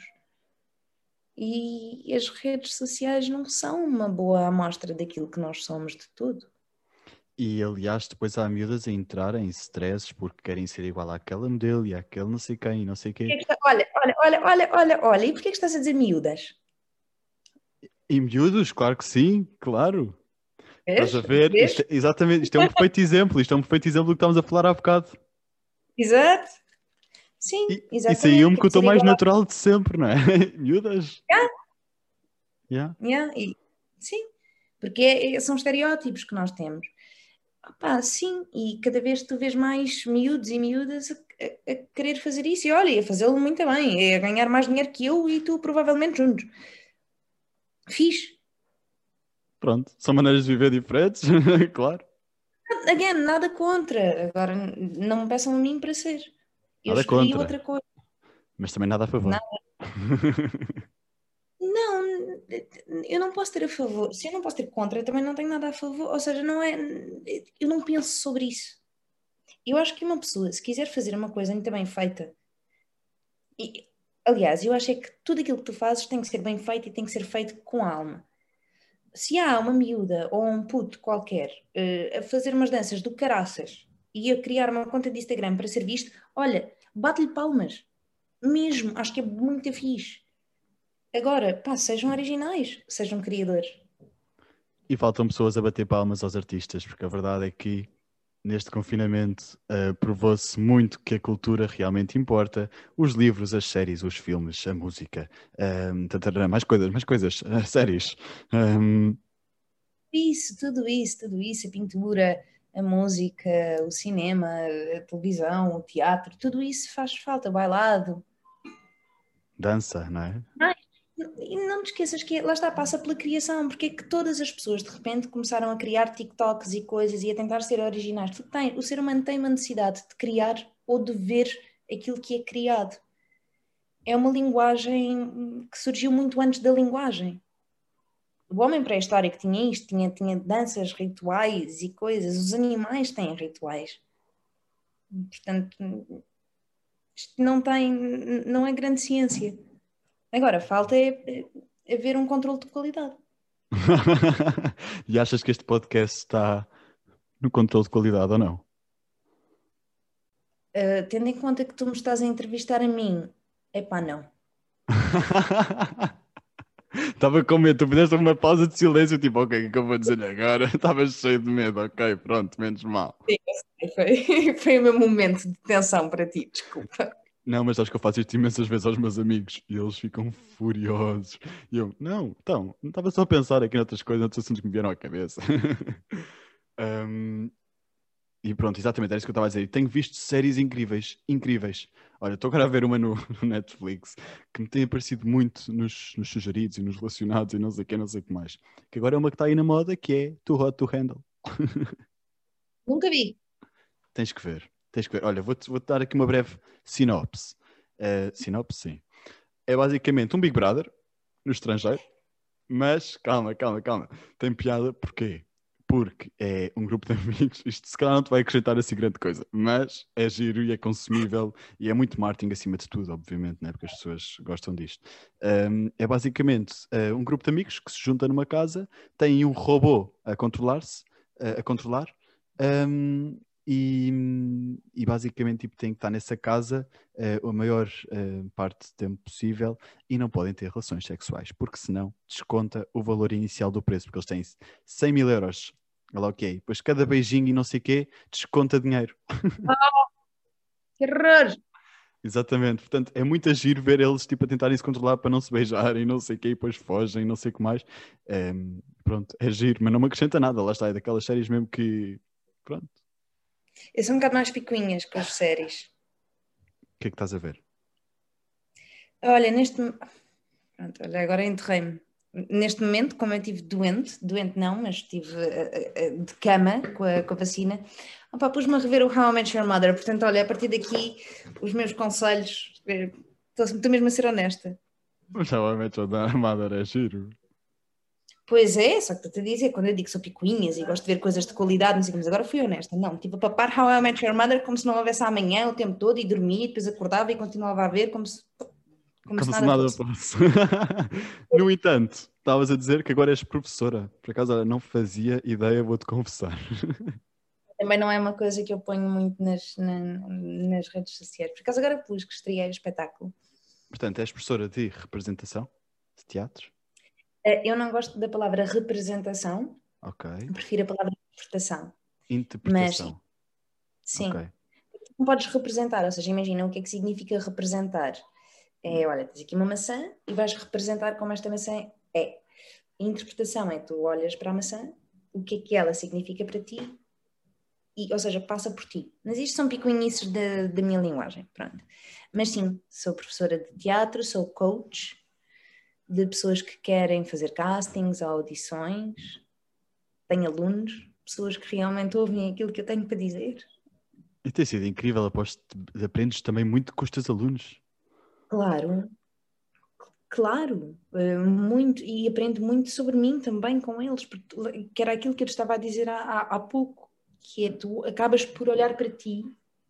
E as redes sociais não são uma boa amostra daquilo que nós somos de tudo. E aliás, depois há miúdas a entrar em stresses porque querem ser igual àquela modelo e àquele não sei quem e não sei Porquê quê. que está- Olha, olha, olha, olha, olha, olha, e porquê que estás a dizer miúdas? E miúdos, claro que sim, claro. Estás a Vês? ver? Isto Vês? é, exatamente, isto é um perfeito exemplo. Isto é um perfeito exemplo do que estávamos a falar há bocado. Exato. Sim, E, e exatamente. saiu-me Quer com o tom ser mais igual a. natural de sempre, não é? Miúdas. Yeah, Yeah. yeah, e- sim, porque é- é- são estereótipos que nós temos. Opá, sim, e cada vez tu vês mais miúdos e miúdas a, a- a querer fazer isso, e olha, e a fazê-lo muito bem, é a ganhar mais dinheiro que eu e tu provavelmente juntos. Fixe. Pronto, são maneiras de viver diferentes, claro. Again, nada contra. Agora, n- não me peçam a mim para ser. Eu Nada escolhi contra, outra coisa. mas também nada a favor. Não, eu não posso ter a favor. Se eu não posso ter contra, eu também não tenho nada a favor. Ou seja, não é. Eu não penso sobre isso. Eu acho que uma pessoa, se quiser fazer uma coisa muito bem feita, e, aliás, eu acho é que tudo aquilo que tu fazes tem que ser bem feito e tem que ser feito com alma. Se há uma miúda ou um puto qualquer eh, a fazer umas danças do caraças e a criar uma conta de Instagram para ser visto, olha, bate-lhe palmas. Mesmo, acho que é muito fixe. Agora, pá, sejam originais, sejam criadores. E faltam pessoas a bater palmas aos artistas, porque a verdade é que neste confinamento uh, provou-se muito que a cultura realmente importa. Os livros, as séries, os filmes, a música, um, tatará, mais coisas, mais coisas, uh, séries. Um... Isso, tudo isso, tudo isso, a pintura, a música, o cinema, a televisão, o teatro, tudo isso faz falta, o bailado. Dança, não é? Ah, e não te esqueças que lá está, passa pela criação, porque é que todas as pessoas de repente começaram a criar TikToks e coisas e a tentar ser originais. Tu tem, o ser humano tem uma necessidade de criar ou de ver aquilo que é criado. É uma linguagem que surgiu muito antes da linguagem. O homem pré-histórico tinha isto, tinha, tinha danças, rituais e coisas. Os animais têm rituais. Portanto, isto não tem, não é grande ciência. Agora, falta é, é haver um controle de qualidade. E achas que este podcast está no controle de qualidade ou não? Uh, tendo em conta que tu me estás a entrevistar a mim, epá, não. Estava com medo, tu fizeste uma pausa de silêncio, tipo, ok, o que é que eu vou dizer agora? Estava cheio de medo, ok, pronto, menos mal. Sim, foi, foi o meu momento de tensão para ti, desculpa. Não, mas acho que eu faço isto imensas vezes aos meus amigos e eles ficam furiosos. E eu, não, então, não estava só a pensar aqui noutras coisas, noutros assuntos que me vieram à cabeça. um, e pronto, exatamente, era isso que eu estava a dizer. Tenho visto séries incríveis, incríveis. Olha, estou agora a ver uma no, no Netflix que me tem aparecido muito nos, nos sugeridos e nos relacionados e não sei o que, não sei o que mais. Que agora é uma que está aí na moda, que é Too Hot to Handle. Nunca vi. Tens que ver, tens que ver. Olha, vou-te vou-te dar aqui uma breve sinopse. Uh, sinopse, sim. É basicamente um Big Brother no estrangeiro, mas calma, calma, calma. Tem piada, porquê? Porque é um grupo de amigos, isto se calhar não te vai acrescentar assim grande coisa, mas é giro e é consumível e é muito marketing acima de tudo, obviamente, né? Porque as pessoas gostam disto. Um, é basicamente uh, um grupo de amigos que se junta numa casa, tem um robô a controlar-se, uh, a controlar, um, e, e basicamente tipo, tem que estar nessa casa uh, a maior uh, parte do tempo possível e não podem ter relações sexuais, porque senão desconta o valor inicial do preço, porque eles têm cem mil euros. Olha, ok. Depois cada beijinho e não sei o quê, desconta dinheiro. Oh, que horror! Exatamente. Portanto, é muito agir ver eles tipo, a tentarem se controlar para não se beijarem, não sei o quê, e depois fogem, não sei o que mais. É, pronto, é giro, mas não me acrescenta nada. Lá está, é daquelas séries mesmo que... Pronto. Eu sou um bocado mais picuinhas com as séries. O que é que estás a ver? Olha, neste... Pronto, olha, agora enterrei-me. Neste momento, como eu estive doente, doente não, mas estive uh, uh, de cama com a, com a vacina, opa, pus-me a rever o How I Met Your Mother. Portanto, olha, a partir daqui, os meus conselhos, estou mesmo a ser honesta. O How I Met Your Mother é giro. Pois é, só que estou-te a dizer, quando eu digo que sou picuinhas e gosto de ver coisas de qualidade, não sei, mas agora fui honesta. Não, estive a papar How I Met Your Mother como se não houvesse amanhã o tempo todo e dormia, depois acordava e continuava a ver como se, como Como se se nada nada fosse. fosse. No entanto, estavas a dizer que agora és professora. Por acaso, olha, não fazia ideia, vou-te confessar. Também não é uma coisa que eu ponho muito nas, na, nas redes sociais. Por acaso agora pus que estreiei o espetáculo. Portanto, és professora de representação, de teatro? Eu não gosto da palavra representação, Ok. prefiro a palavra interpretação. Interpretação. Mas, sim, Ok. não podes representar, ou seja, imagina o que é que significa representar. É, olha, tens aqui uma maçã e vais representar como esta maçã é. A interpretação é tu olhas para a maçã, o que é que ela significa para ti, e, ou seja, passa por ti. Mas isto são picuinhices da, da minha linguagem, pronto. Mas sim, sou professora de teatro, sou coach de pessoas que querem fazer castings, audições, tenho alunos, pessoas que realmente ouvem aquilo que eu tenho para dizer. E tem sido incrível, aposto que aprendes também muito com os teus alunos. Claro, claro, muito, e aprendo muito sobre mim também com eles, porque, que era aquilo que eu te estava a dizer há, há, há pouco, que é tu acabas por olhar para ti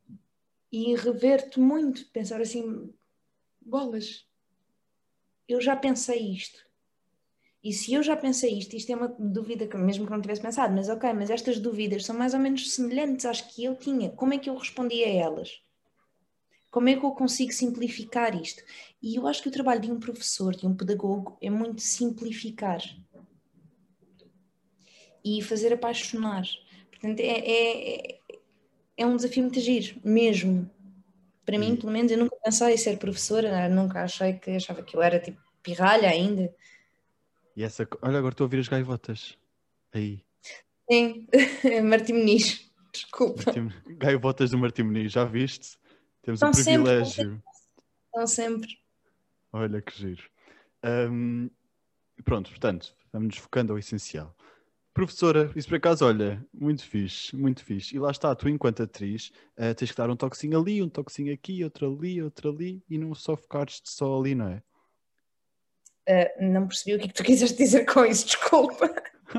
e rever-te muito, pensar assim, bolas, eu já pensei isto. E se eu já pensei isto, isto é uma dúvida que mesmo que não tivesse pensado, mas ok, mas estas dúvidas são mais ou menos semelhantes às que eu tinha. Como é que eu respondi a elas? Como é que eu consigo simplificar isto? E eu acho que o trabalho de um professor, de um pedagogo, é muito simplificar. e fazer apaixonar. Portanto, é, é, é um desafio muito giro, mesmo. Para mim, E, pelo menos, eu nunca pensei em ser professora, nunca achei que achava que eu era tipo pirralha ainda. e essa. co- Olha, agora estou a ouvir as gaivotas. Aí. Sim, Martim Muniz, desculpa. Martim... Gaivotas do Martim Muniz, já viste? Temos o Estão sempre, privilégio. estão sempre. Olha que giro. Ahm, pronto, portanto, vamos nos focando ao essencial. Professora, isso por acaso, olha, muito fixe, muito fixe. E lá está, tu enquanto atriz, eh, tens que dar um toquezinho ali, um toquezinho aqui, outro ali, outro ali, e não só focares-te só ali, não é? Uh, não percebi o que é que tu quiseste dizer com isso, desculpa.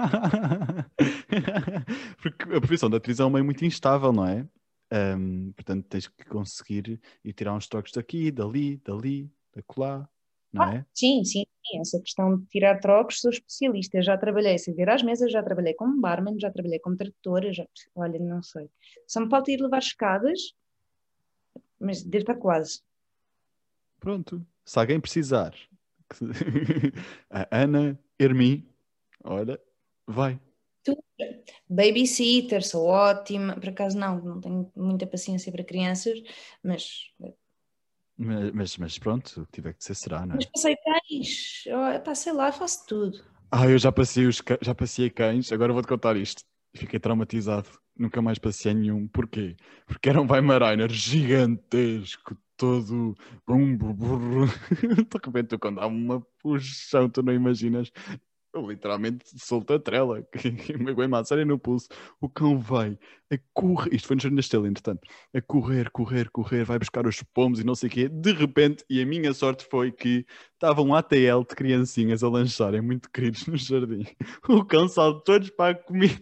Porque a profissão da atriz é um meio muito instável, não é? Ahm, portanto, tens que conseguir ir tirar uns trocos daqui, dali, dali, dacolá, não Ah, é? sim, sim, sim, essa questão de tirar trocos, sou especialista. Já trabalhei a servir às mesas, já trabalhei como barman, já trabalhei como tradutora, já, olha, não sei. Só me falta ir levar escadas, mas devo estar quase. Pronto. Se alguém precisar, que- a Ana Hermim, olha, vai. Tu, babysitter, sou ótima. Por acaso não, não tenho muita paciência para crianças, mas, Mas, mas, mas pronto, o que tiver que ser será, não mas é? passei cães, oh, pá, sei lá, faço tudo. Ah, eu já passei os, ca- já passei cães, agora vou-te contar isto. Fiquei traumatizado, nunca mais passei nenhum. Porquê? Porque era um Weimaraner gigantesco, todo brum, brum, brum. De repente, tu, quando dá uma puxão, tu não imaginas. Eu literalmente solto a trela, que me aguento a série no pulso. O cão vai a correr, isto foi no Jardim da Estrela, entretanto, a correr, correr, correr, vai buscar os pomos e não sei o quê. De repente, e a minha sorte foi que estava um A T L de criancinhas a lancharem, muito queridos no jardim. O cão saltou todos para a comida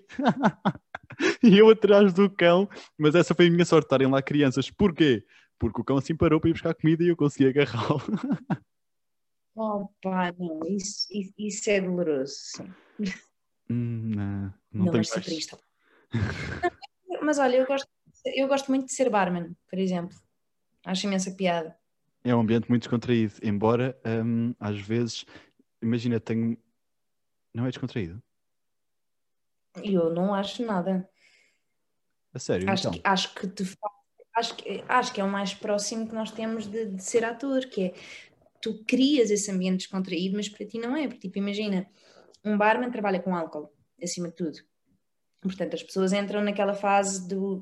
e eu atrás do cão, mas essa foi a minha sorte, estarem lá crianças. Porquê? Porque o cão assim parou para ir buscar comida e eu consegui agarrá-lo. Oh, pá, não, isso, isso, isso é doloroso, sim. Hum, não, não Não, tenho mas super mais. isto. Mas olha, eu gosto, eu gosto muito de ser barman, por exemplo. Acho imensa piada. É um ambiente muito descontraído, embora hum, às vezes, imagina, tenho. Não é descontraído? E eu não acho nada. A sério, Acho então. que, acho que te fa- acho que, acho que é o mais próximo que nós temos de, de ser ator, que é tu crias esse ambiente descontraído, mas para ti não é, porque tipo, imagina, um barman trabalha com álcool, acima de tudo. Portanto, as pessoas entram naquela fase do,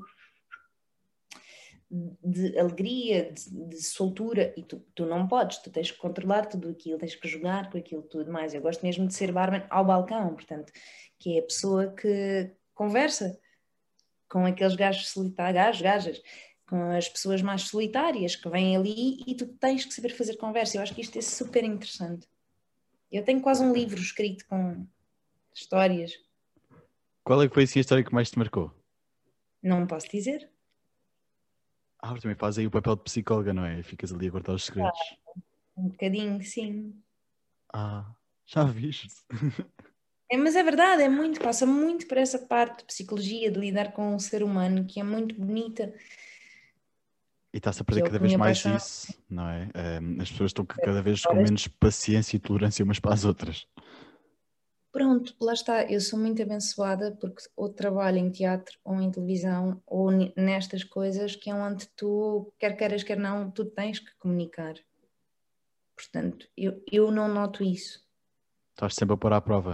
de alegria, de, de soltura, e tu, tu não podes, tu tens que controlar tudo aquilo, tens que jogar com aquilo tudo mais. Eu gosto mesmo de ser barman ao balcão, portanto, que é a pessoa que conversa com aqueles gajos solitários, gajos, gajas, com as pessoas mais solitárias que vêm ali e tu tens que saber fazer conversa. Eu acho que isto é super interessante. Eu tenho quase um livro escrito com histórias, Qual é que foi assim a história que mais te marcou? não posso dizer. Ah, mas também faz aí o papel de psicóloga, não é? Ficas ali a guardar os segredos. Um bocadinho, sim. Ah, já viste? É, mas é verdade, é muito, passa muito por essa parte de psicologia, de lidar com o ser humano, que é muito bonita, E está-se a que perder é o cada que me vez mais apaixona. isso, não é? Hum, as pessoas estão cada vez com Agora, menos paciência e tolerância umas para as outras. pronto, lá está, eu sou muito abençoada porque ou trabalho em teatro ou em televisão ou n- nestas coisas que é onde tu, quer queiras, quer não, tu tens que comunicar. Portanto, eu, eu não noto isso. Estás sempre a pôr à prova.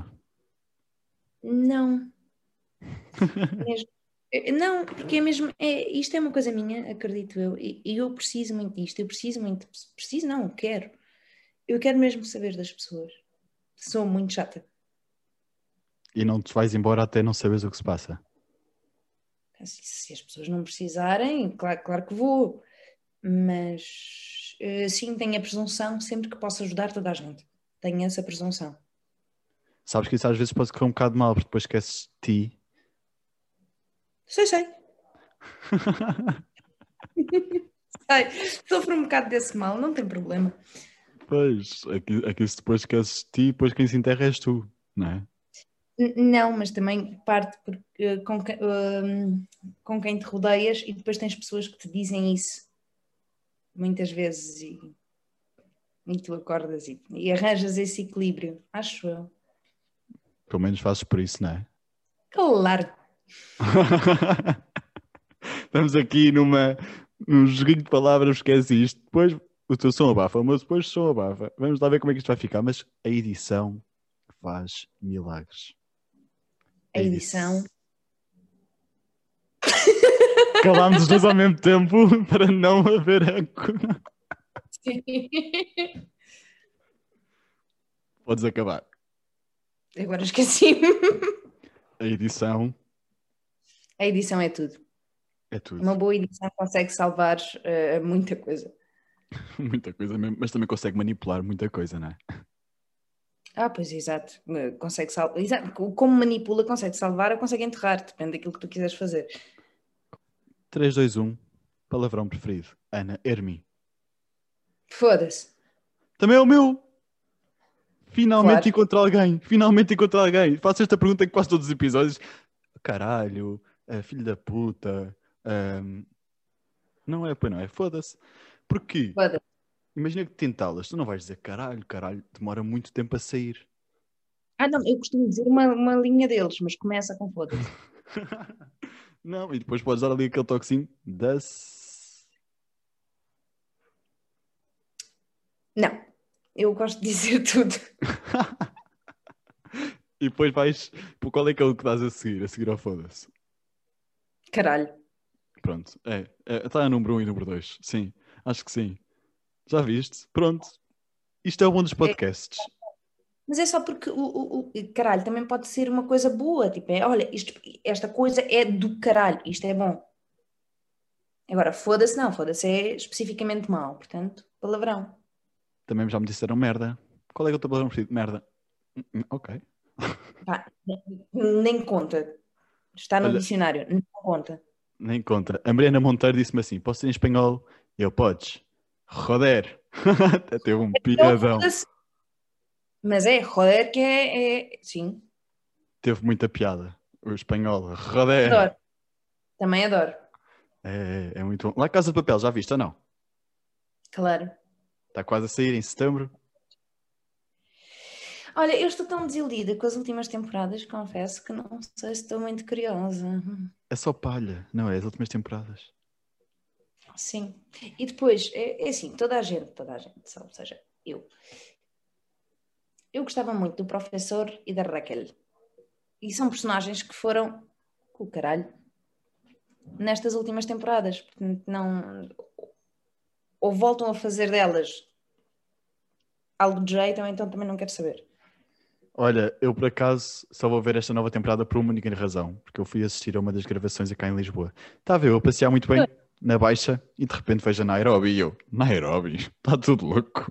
Não, mesmo. Eh, Não, porque é mesmo, é, isto é uma coisa minha, acredito eu, e e eu preciso muito disto, eu preciso muito, preciso não, quero. Eu quero mesmo saber das pessoas. Sou muito chata. E não te vais embora até não saberes o que se passa. Se, se as pessoas não precisarem, claro, claro que vou. Mas eh, sim, tenho a presunção sempre que posso ajudar toda a gente. Tenho essa presunção. Sabes que isso às vezes pode correr um bocado mal, porque depois esqueces de ti. Sei, sei. Sei. Sofro um bocado desse mal, não tem problema. Pois, aqui, aqui se depois esqueces de ti, depois quem se enterra és tu, não é? N- Não, mas também parte porque, eh, com, que- hum, com quem te rodeias e depois tens pessoas que te dizem isso muitas vezes e, e tu acordas e, e arranjas esse equilíbrio, acho eu. Pelo menos fazes por isso, não é? Claro. Estamos aqui numa, num joguinho de palavras, esquece isto. Depois o teu som abafa, mas depois o som abafa. Vamos lá ver como é que isto vai ficar. Mas a edição faz milagres. A edição. Calámos os dois ao mesmo tempo para não haver eco. Sim. Podes acabar. Agora esqueci-me. A edição A edição é tudo. é tudo. Uma boa edição consegue salvar uh, muita coisa. Muita coisa mesmo, mas também consegue manipular muita coisa, não é? Ah, pois, exato. Consegue sal... exato. Como manipula, consegue salvar ou consegue enterrar, depende daquilo que tu quiseres fazer. três, dois, um. Palavrão preferido. Ana Hermi. Foda-se. Também é o meu. Finalmente Claro. encontrei alguém. Finalmente encontrei alguém. Faço esta pergunta em quase todos os episódios. Caralho. Uh, filho da puta. Um... Não é, pois não é. Foda-se. Porquê? Foda-se. Imagina que tentá-las. Tu não vais dizer caralho, caralho. Demora muito tempo a sair. Ah, não, eu costumo dizer uma, uma linha deles, mas começa com foda-se. Não, e depois podes dar ali aquele toquezinho das... Não, eu gosto de dizer tudo. E depois vais... Qual é que é o que dás a seguir? A seguir ao foda-se. Caralho. Pronto, é. Está a número um e número dois. Sim, acho que sim. Já viste? Pronto. Isto é o bom dos podcasts. É, mas é só porque o, o, o caralho também pode ser uma coisa boa. Tipo, é, olha, isto, esta coisa é do caralho, isto é bom. Agora, foda-se não, foda-se é especificamente mau, portanto, palavrão. Também já me disseram merda. Qual é que é o teu palavrão preferido? Merda. Ok. Pá, nem conta. Está no Olha, dicionário, não conta. nem conta. A Mariana Monteiro disse-me assim: posso ser em espanhol? Eu, podes. Roder. Até teve um Então, piadão. foda-se. Mas é, roder que é, é... Sim, Teve muita piada. O espanhol. Roder. adoro. Também adoro. É, é muito bom. Lá Casa de Papel, já viste ou não? Claro. Está quase a sair em setembro. Olha, eu estou tão desiludida com as últimas temporadas, confesso que não sei se estou muito curiosa. É só palha, não é? As últimas temporadas. Sim. E depois, é, é assim, toda a gente, toda a gente, sabe? Ou seja, eu. Eu gostava muito do professor e da Raquel. E são personagens que foram com o caralho nestas últimas temporadas. Portanto, não... Ou voltam a fazer delas algo de jeito, ou então também não quero saber. Olha, eu por acaso só vou ver esta nova temporada por uma única razão, porque eu fui assistir a uma das gravações cá em Lisboa. Está a ver, eu a passear muito bem na Baixa e de repente vejo a Nairobi e eu, Nairobi, está tudo louco.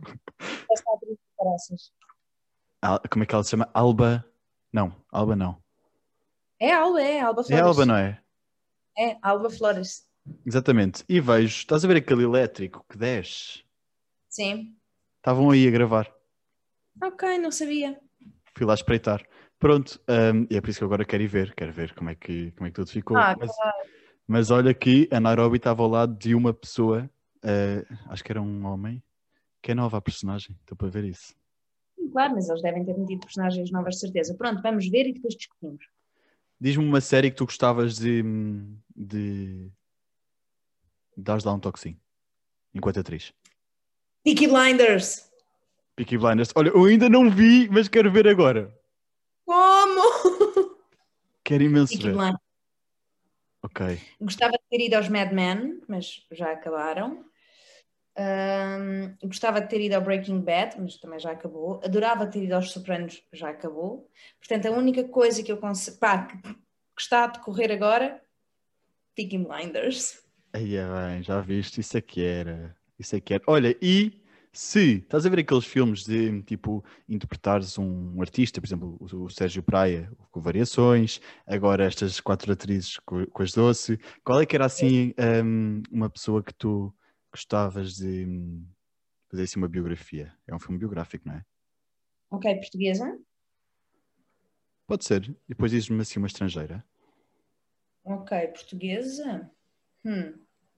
Al- Como é que ela se chama? Alba? Não, Alba não. É Alba, é Alba É Alba, Flores. não é? É Alba Flores. Exatamente. E vejo, estás a ver aquele elétrico que desce? Sim. Estavam aí a gravar. Ok, não sabia. Fui lá espreitar. Pronto, hum, e é por isso que eu agora quero ir ver. Quero ver como é que, como é que tudo ficou. Ah, Mas, claro. mas olha que a Nairobi estava ao lado de uma pessoa, eh, acho que era um homem, que é nova a personagem. Estou para ver isso. Claro, mas eles devem ter metido personagens novas, de certeza. Pronto, vamos ver e depois discutimos. Diz-me uma série que tu gostavas de, de, de dares lá um toquezinho, enquanto atriz. Peaky Blinders! Peaky Blinders. Olha, eu ainda não vi, mas quero ver agora. Como? Quero imenso Peaky ver. Blinders. Ok. Gostava de ter ido aos Mad Men, mas já acabaram. Ahm, gostava de ter ido ao Breaking Bad, mas também já acabou. Adorava ter ido aos Sopranos, já acabou. Portanto, a única coisa que eu consigo, pá, que, que está a decorrer agora, Peaky Blinders. Aí é bem, já viste, isso é que era. Isso é que era. Olha, e se estás a ver aqueles filmes de tipo interpretares um artista, por exemplo, o, o Sérgio Praia com Variações, agora estas quatro atrizes com, com as Doce, qual é que era assim hum, uma pessoa que tu gostavas de hum, fazer assim uma biografia? É um filme biográfico, não é? Ok, portuguesa. Pode ser. E depois dizes-me assim uma estrangeira. Ok, portuguesa. Hum.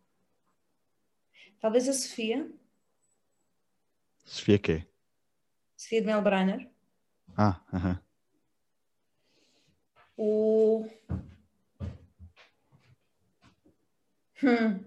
Talvez a Sofia. Sofia quê? Sofia de Melbrenner. Ah, aham. O... Hum.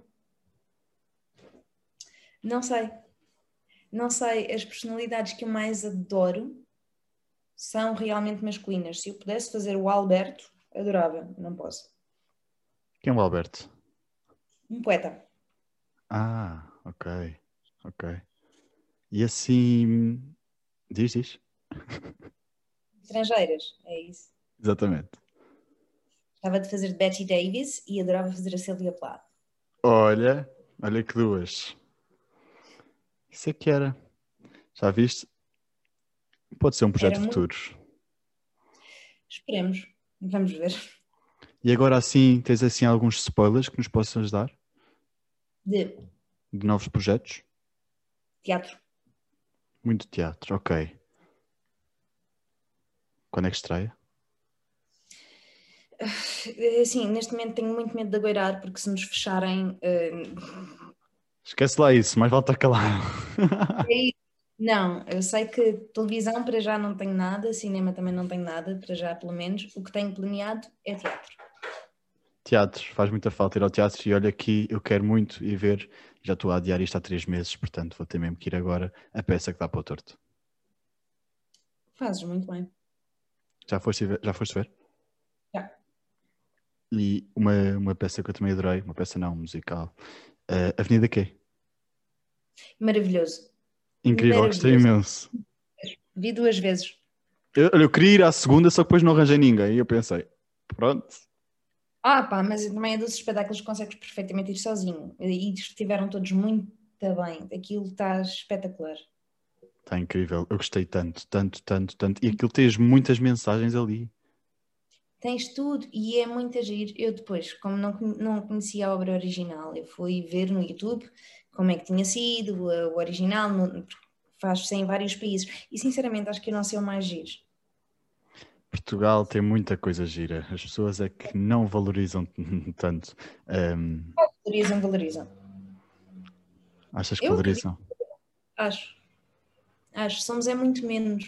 Não sei. Não sei. As personalidades que eu mais adoro são realmente masculinas. Se eu pudesse fazer o Alberto, adorava. Não posso. Quem é o Alberto? Um poeta. Ah, ok. Ok. E assim... Diz, diz. Estrangeiras, é isso. Exatamente. Gostava de fazer de Betty Davis e adorava fazer a Célia Plath. Olha, olha que duas. Isso é que era. Já viste? Pode ser um projeto Era muito. futuro. Esperemos. Vamos ver. E agora assim, tens assim alguns spoilers que nos possas dar De de novos projetos? teatro. Muito teatro, ok. Quando é que estreia? Assim, neste momento tenho muito medo de agoirar, porque se nos fecharem. Uh, Esquece lá isso, mais vale estar calado. Não, eu sei que televisão para já não tenho nada, cinema também não tenho nada, para já pelo menos. O que tenho planeado é teatro. Teatro, faz muita falta ir ao teatro e olha aqui, eu quero muito ir ver, já estou a adiar isto há três meses, portanto vou ter mesmo que ir agora a peça que dá para o torto. Fazes muito bem. Já foste ver? Já foste ver? Já. E uma, uma peça que eu também adorei, uma peça não, um musical, uh, Avenida Q. Maravilhoso. Incrível, gostei Maravilhoso. imenso. Vi duas vezes. Eu, eu queria ir à segunda, só que depois não arranjei ninguém. E eu pensei, pronto, Ah, pá, mas também é dos espetáculos que consegues perfeitamente ir sozinho. E estiveram todos muito bem. Aquilo está espetacular. está incrível. Eu gostei tanto, tanto, tanto, tanto. E aquilo tens muitas mensagens ali. Tens tudo e é muito agir. Eu depois, como não, não conhecia a obra original, eu fui ver no YouTube como é que tinha sido o original, faz-se em vários países. E sinceramente acho que não sei o mais giro. Portugal tem muita coisa gira. As pessoas é que não valorizam tanto. Um, Valorizam, valorizam. achas que Eu acredito, valorizam? acho. Acho, somos é muito menos.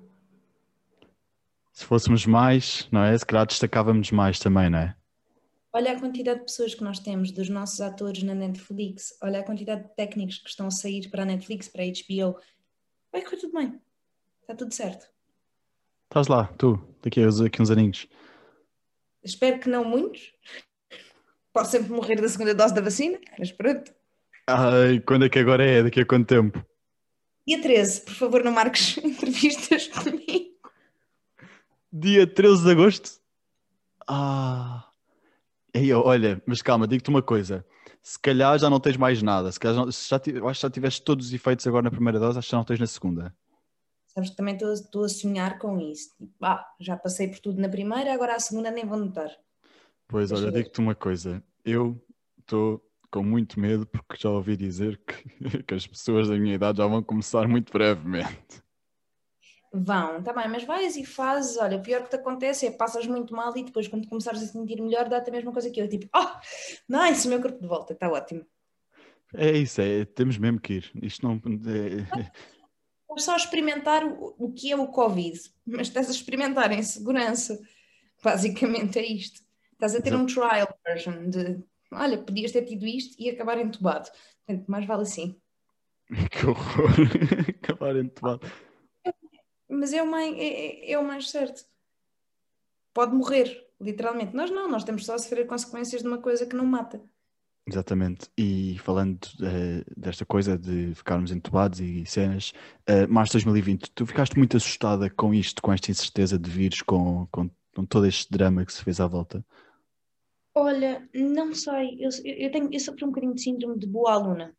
Se fôssemos mais, não é? Se calhar destacávamos mais também, não é? Olha a quantidade de pessoas que nós temos, dos nossos atores na Netflix, olha a quantidade de técnicos que estão a sair para a Netflix, para a H B O. Vai correr tudo bem, está tudo certo. Estás lá, tu, daqui a, daqui a uns aninhos. Espero que não muitos. Posso sempre morrer da segunda dose da vacina, mas pronto. Ai, quando é que agora é? Daqui a quanto tempo? Dia treze, por favor, não marques entrevistas comigo. Dia treze de agosto? Ah, ei, olha, mas calma, digo-te uma coisa. Se calhar já não tens mais nada. Se calhar já, se já, eu acho que já tiveste todos os efeitos agora na primeira dose, acho que já não tens na segunda. Sabes que também estou, estou a sonhar com isso. Tipo, ah, já passei por tudo na primeira, agora a segunda nem vou notar. Pois, olha, Deixa ver. digo-te uma coisa. Eu estou com muito medo porque já ouvi dizer que, que as pessoas da minha idade já vão começar muito brevemente. Vão, tá bem, mas vais e fazes. Olha, o pior que te acontece é passas muito mal e depois, quando começares a sentir melhor, dá-te a mesma coisa que eu. Tipo, oh, nice, o meu corpo de volta, está ótimo. É isso, é, temos mesmo que ir. Isto não. É, Estás só a experimentar o, o que é o Covid, mas estás a experimentar em segurança. Basicamente é isto. Estás a ter exa- um trial version de, olha, podias ter tido isto e acabar entubado. Portanto, mais vale assim. que horror. Acabar entubado. Mas é o mais, é, é- é o mais certo. Pode morrer, literalmente. Nós não, nós temos só a sofrer consequências de uma coisa que não mata. Exatamente. E falando eh, desta coisa de ficarmos entubados e cenas, eh, março de dois mil e vinte, tu ficaste muito assustada com isto, com esta incerteza de vírus, com, com, com todo este drama que se fez à volta? Olha, não sei, eu, eu, tenho, eu sofro um bocadinho de síndrome de boa aluna.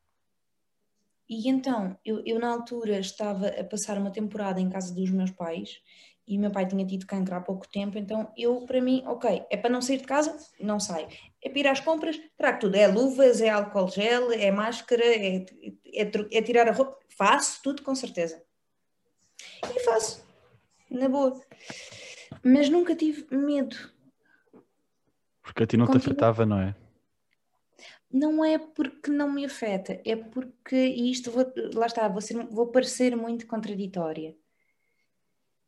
E então, eu, eu na altura estava a passar uma temporada em casa dos meus pais e o meu pai tinha tido cancro há pouco tempo, então eu, para mim, ok, é para não sair de casa? Não saio. É para ir às compras? Trago tudo. É luvas, é álcool gel, é máscara, é, é, é tirar a roupa. Faço tudo com certeza. E faço, na boa. Mas nunca tive medo. Porque a ti não te Continuo. afetava, não é? Não é porque não me afeta, é porque, e isto vou, lá está, vou, ser, vou parecer muito contraditória.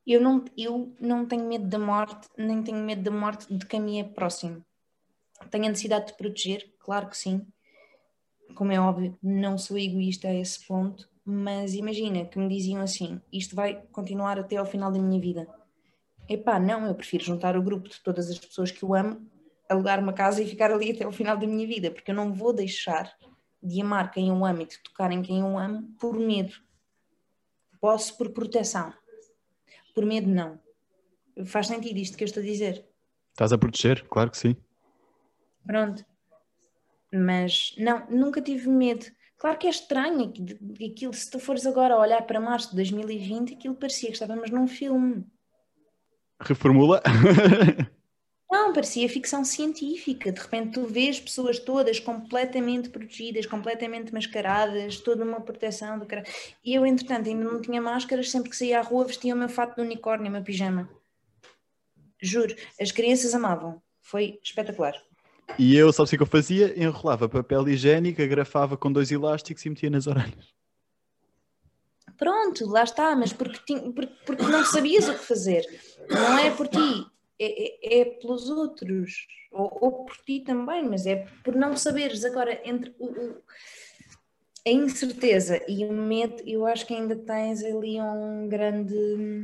Eu não, eu não tenho medo da morte, nem tenho medo da morte de quem me é próximo. Tenho a necessidade de proteger, claro que sim. Como é óbvio, não sou egoísta a esse ponto, mas imagina que me diziam assim, isto vai continuar até ao final da minha vida. Epá, não, eu prefiro juntar o grupo de todas as pessoas que eu amo, alugar uma casa e ficar ali até ao final da minha vida, porque eu não vou deixar de amar quem eu amo e de tocar em quem eu amo por medo. Posso por proteção. Por medo, não. Faz sentido isto que eu estou a dizer? Estás a proteger? Claro que sim. Pronto. Mas, não, nunca tive medo. Claro que é estranho aquilo, se tu fores agora olhar para março de dois mil e vinte, aquilo parecia que estávamos num filme. Reformula. Não, parecia ficção científica. De repente tu vês pessoas todas completamente protegidas, completamente mascaradas, toda uma proteção do cara. E eu, entretanto, ainda não tinha máscaras, sempre que saía à rua vestia o meu fato de unicórnio, o meu pijama. Juro, as crianças amavam. Foi espetacular. E eu, sabes o que eu fazia? Enrolava papel higiênico, agrafava com dois elásticos e metia nas orelhas. Pronto, lá está, mas porque, tinha, porque, porque não sabias o que fazer. Não é por ti, é, é, é pelos outros. Ou, ou por ti também, mas é por não saberes. Agora, entre o, o, a incerteza e o medo, eu acho que ainda tens ali um grande...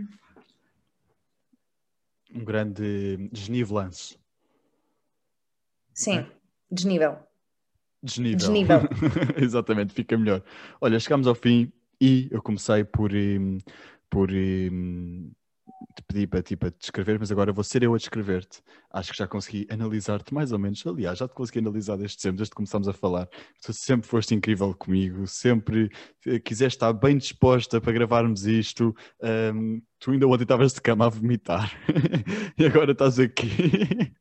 Um grande desnivelance. Sim, É? desnível. Desnível. Desnível. Exatamente, fica melhor. Olha, chegámos ao fim e eu comecei por, hum, por hum, te pedir para ti para te descrever, mas agora vou ser eu a descrever-te. Acho que já consegui analisar-te mais ou menos. Aliás, já te consegui analisar desde sempre, desde que começámos a falar. Tu sempre foste incrível comigo, sempre quiseste estar bem disposta para gravarmos isto. Um, tu ainda ontem estavas de cama a vomitar e agora estás aqui.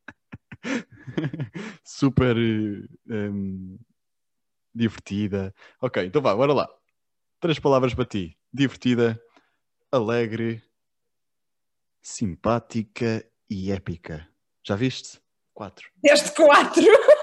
Super um, divertida. Ok, então vá, bora lá. Três palavras para ti. Divertida, alegre, simpática e épica. Já viste? Quatro. Deste quatro.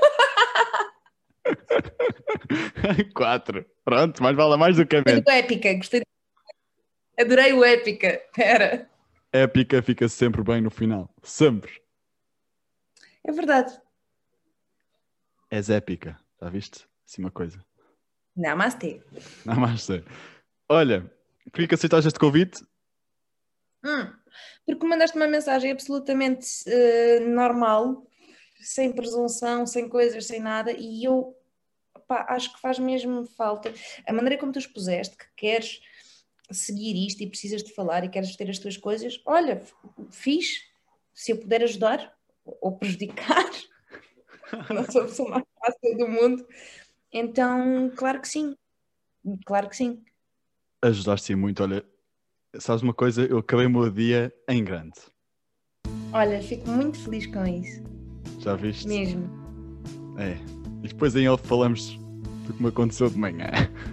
Quatro. Pronto, mais vale mais do que a Gostei mente. do épica, gostei do... Adorei o épica. Era. Épica fica sempre bem no final. Sempre. É verdade. És épica. Já viste? Assim uma coisa. Namastê. Não há mais sei. Olha, queria que aceitaste este convite. Hum, porque mandaste uma mensagem absolutamente uh, normal, sem presunção, sem coisas, sem nada, e eu pá, acho que faz mesmo falta a maneira como tu expuseste, que queres seguir isto e precisas de falar e queres ter as tuas coisas. Olha, fiz, se eu puder ajudar ou prejudicar, não sou a pessoa mais fácil do mundo, então claro que sim, claro que sim. Ajudaste muito. Olha, sabes uma coisa? Eu acabei o meu dia em grande. Olha, fico muito feliz com isso. Já viste? Mesmo. É. E depois em off falamos do que me aconteceu de manhã.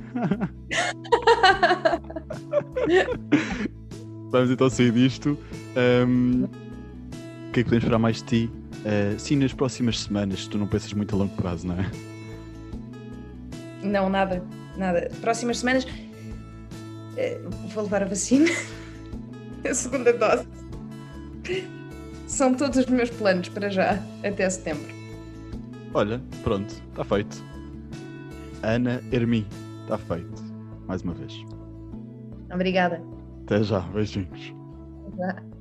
Vamos então sair disto. Um, o que é que podemos esperar mais de ti? Uh, sim, nas próximas semanas, tu não pensas muito a longo prazo, não é? Não, nada, nada. Próximas semanas uh, vou levar a vacina, a segunda dose. São todos os meus planos para já, até setembro. Olha, pronto, está feito. Ana Hermi, está feito. Mais uma vez. Obrigada. Até já, beijinhos. Já.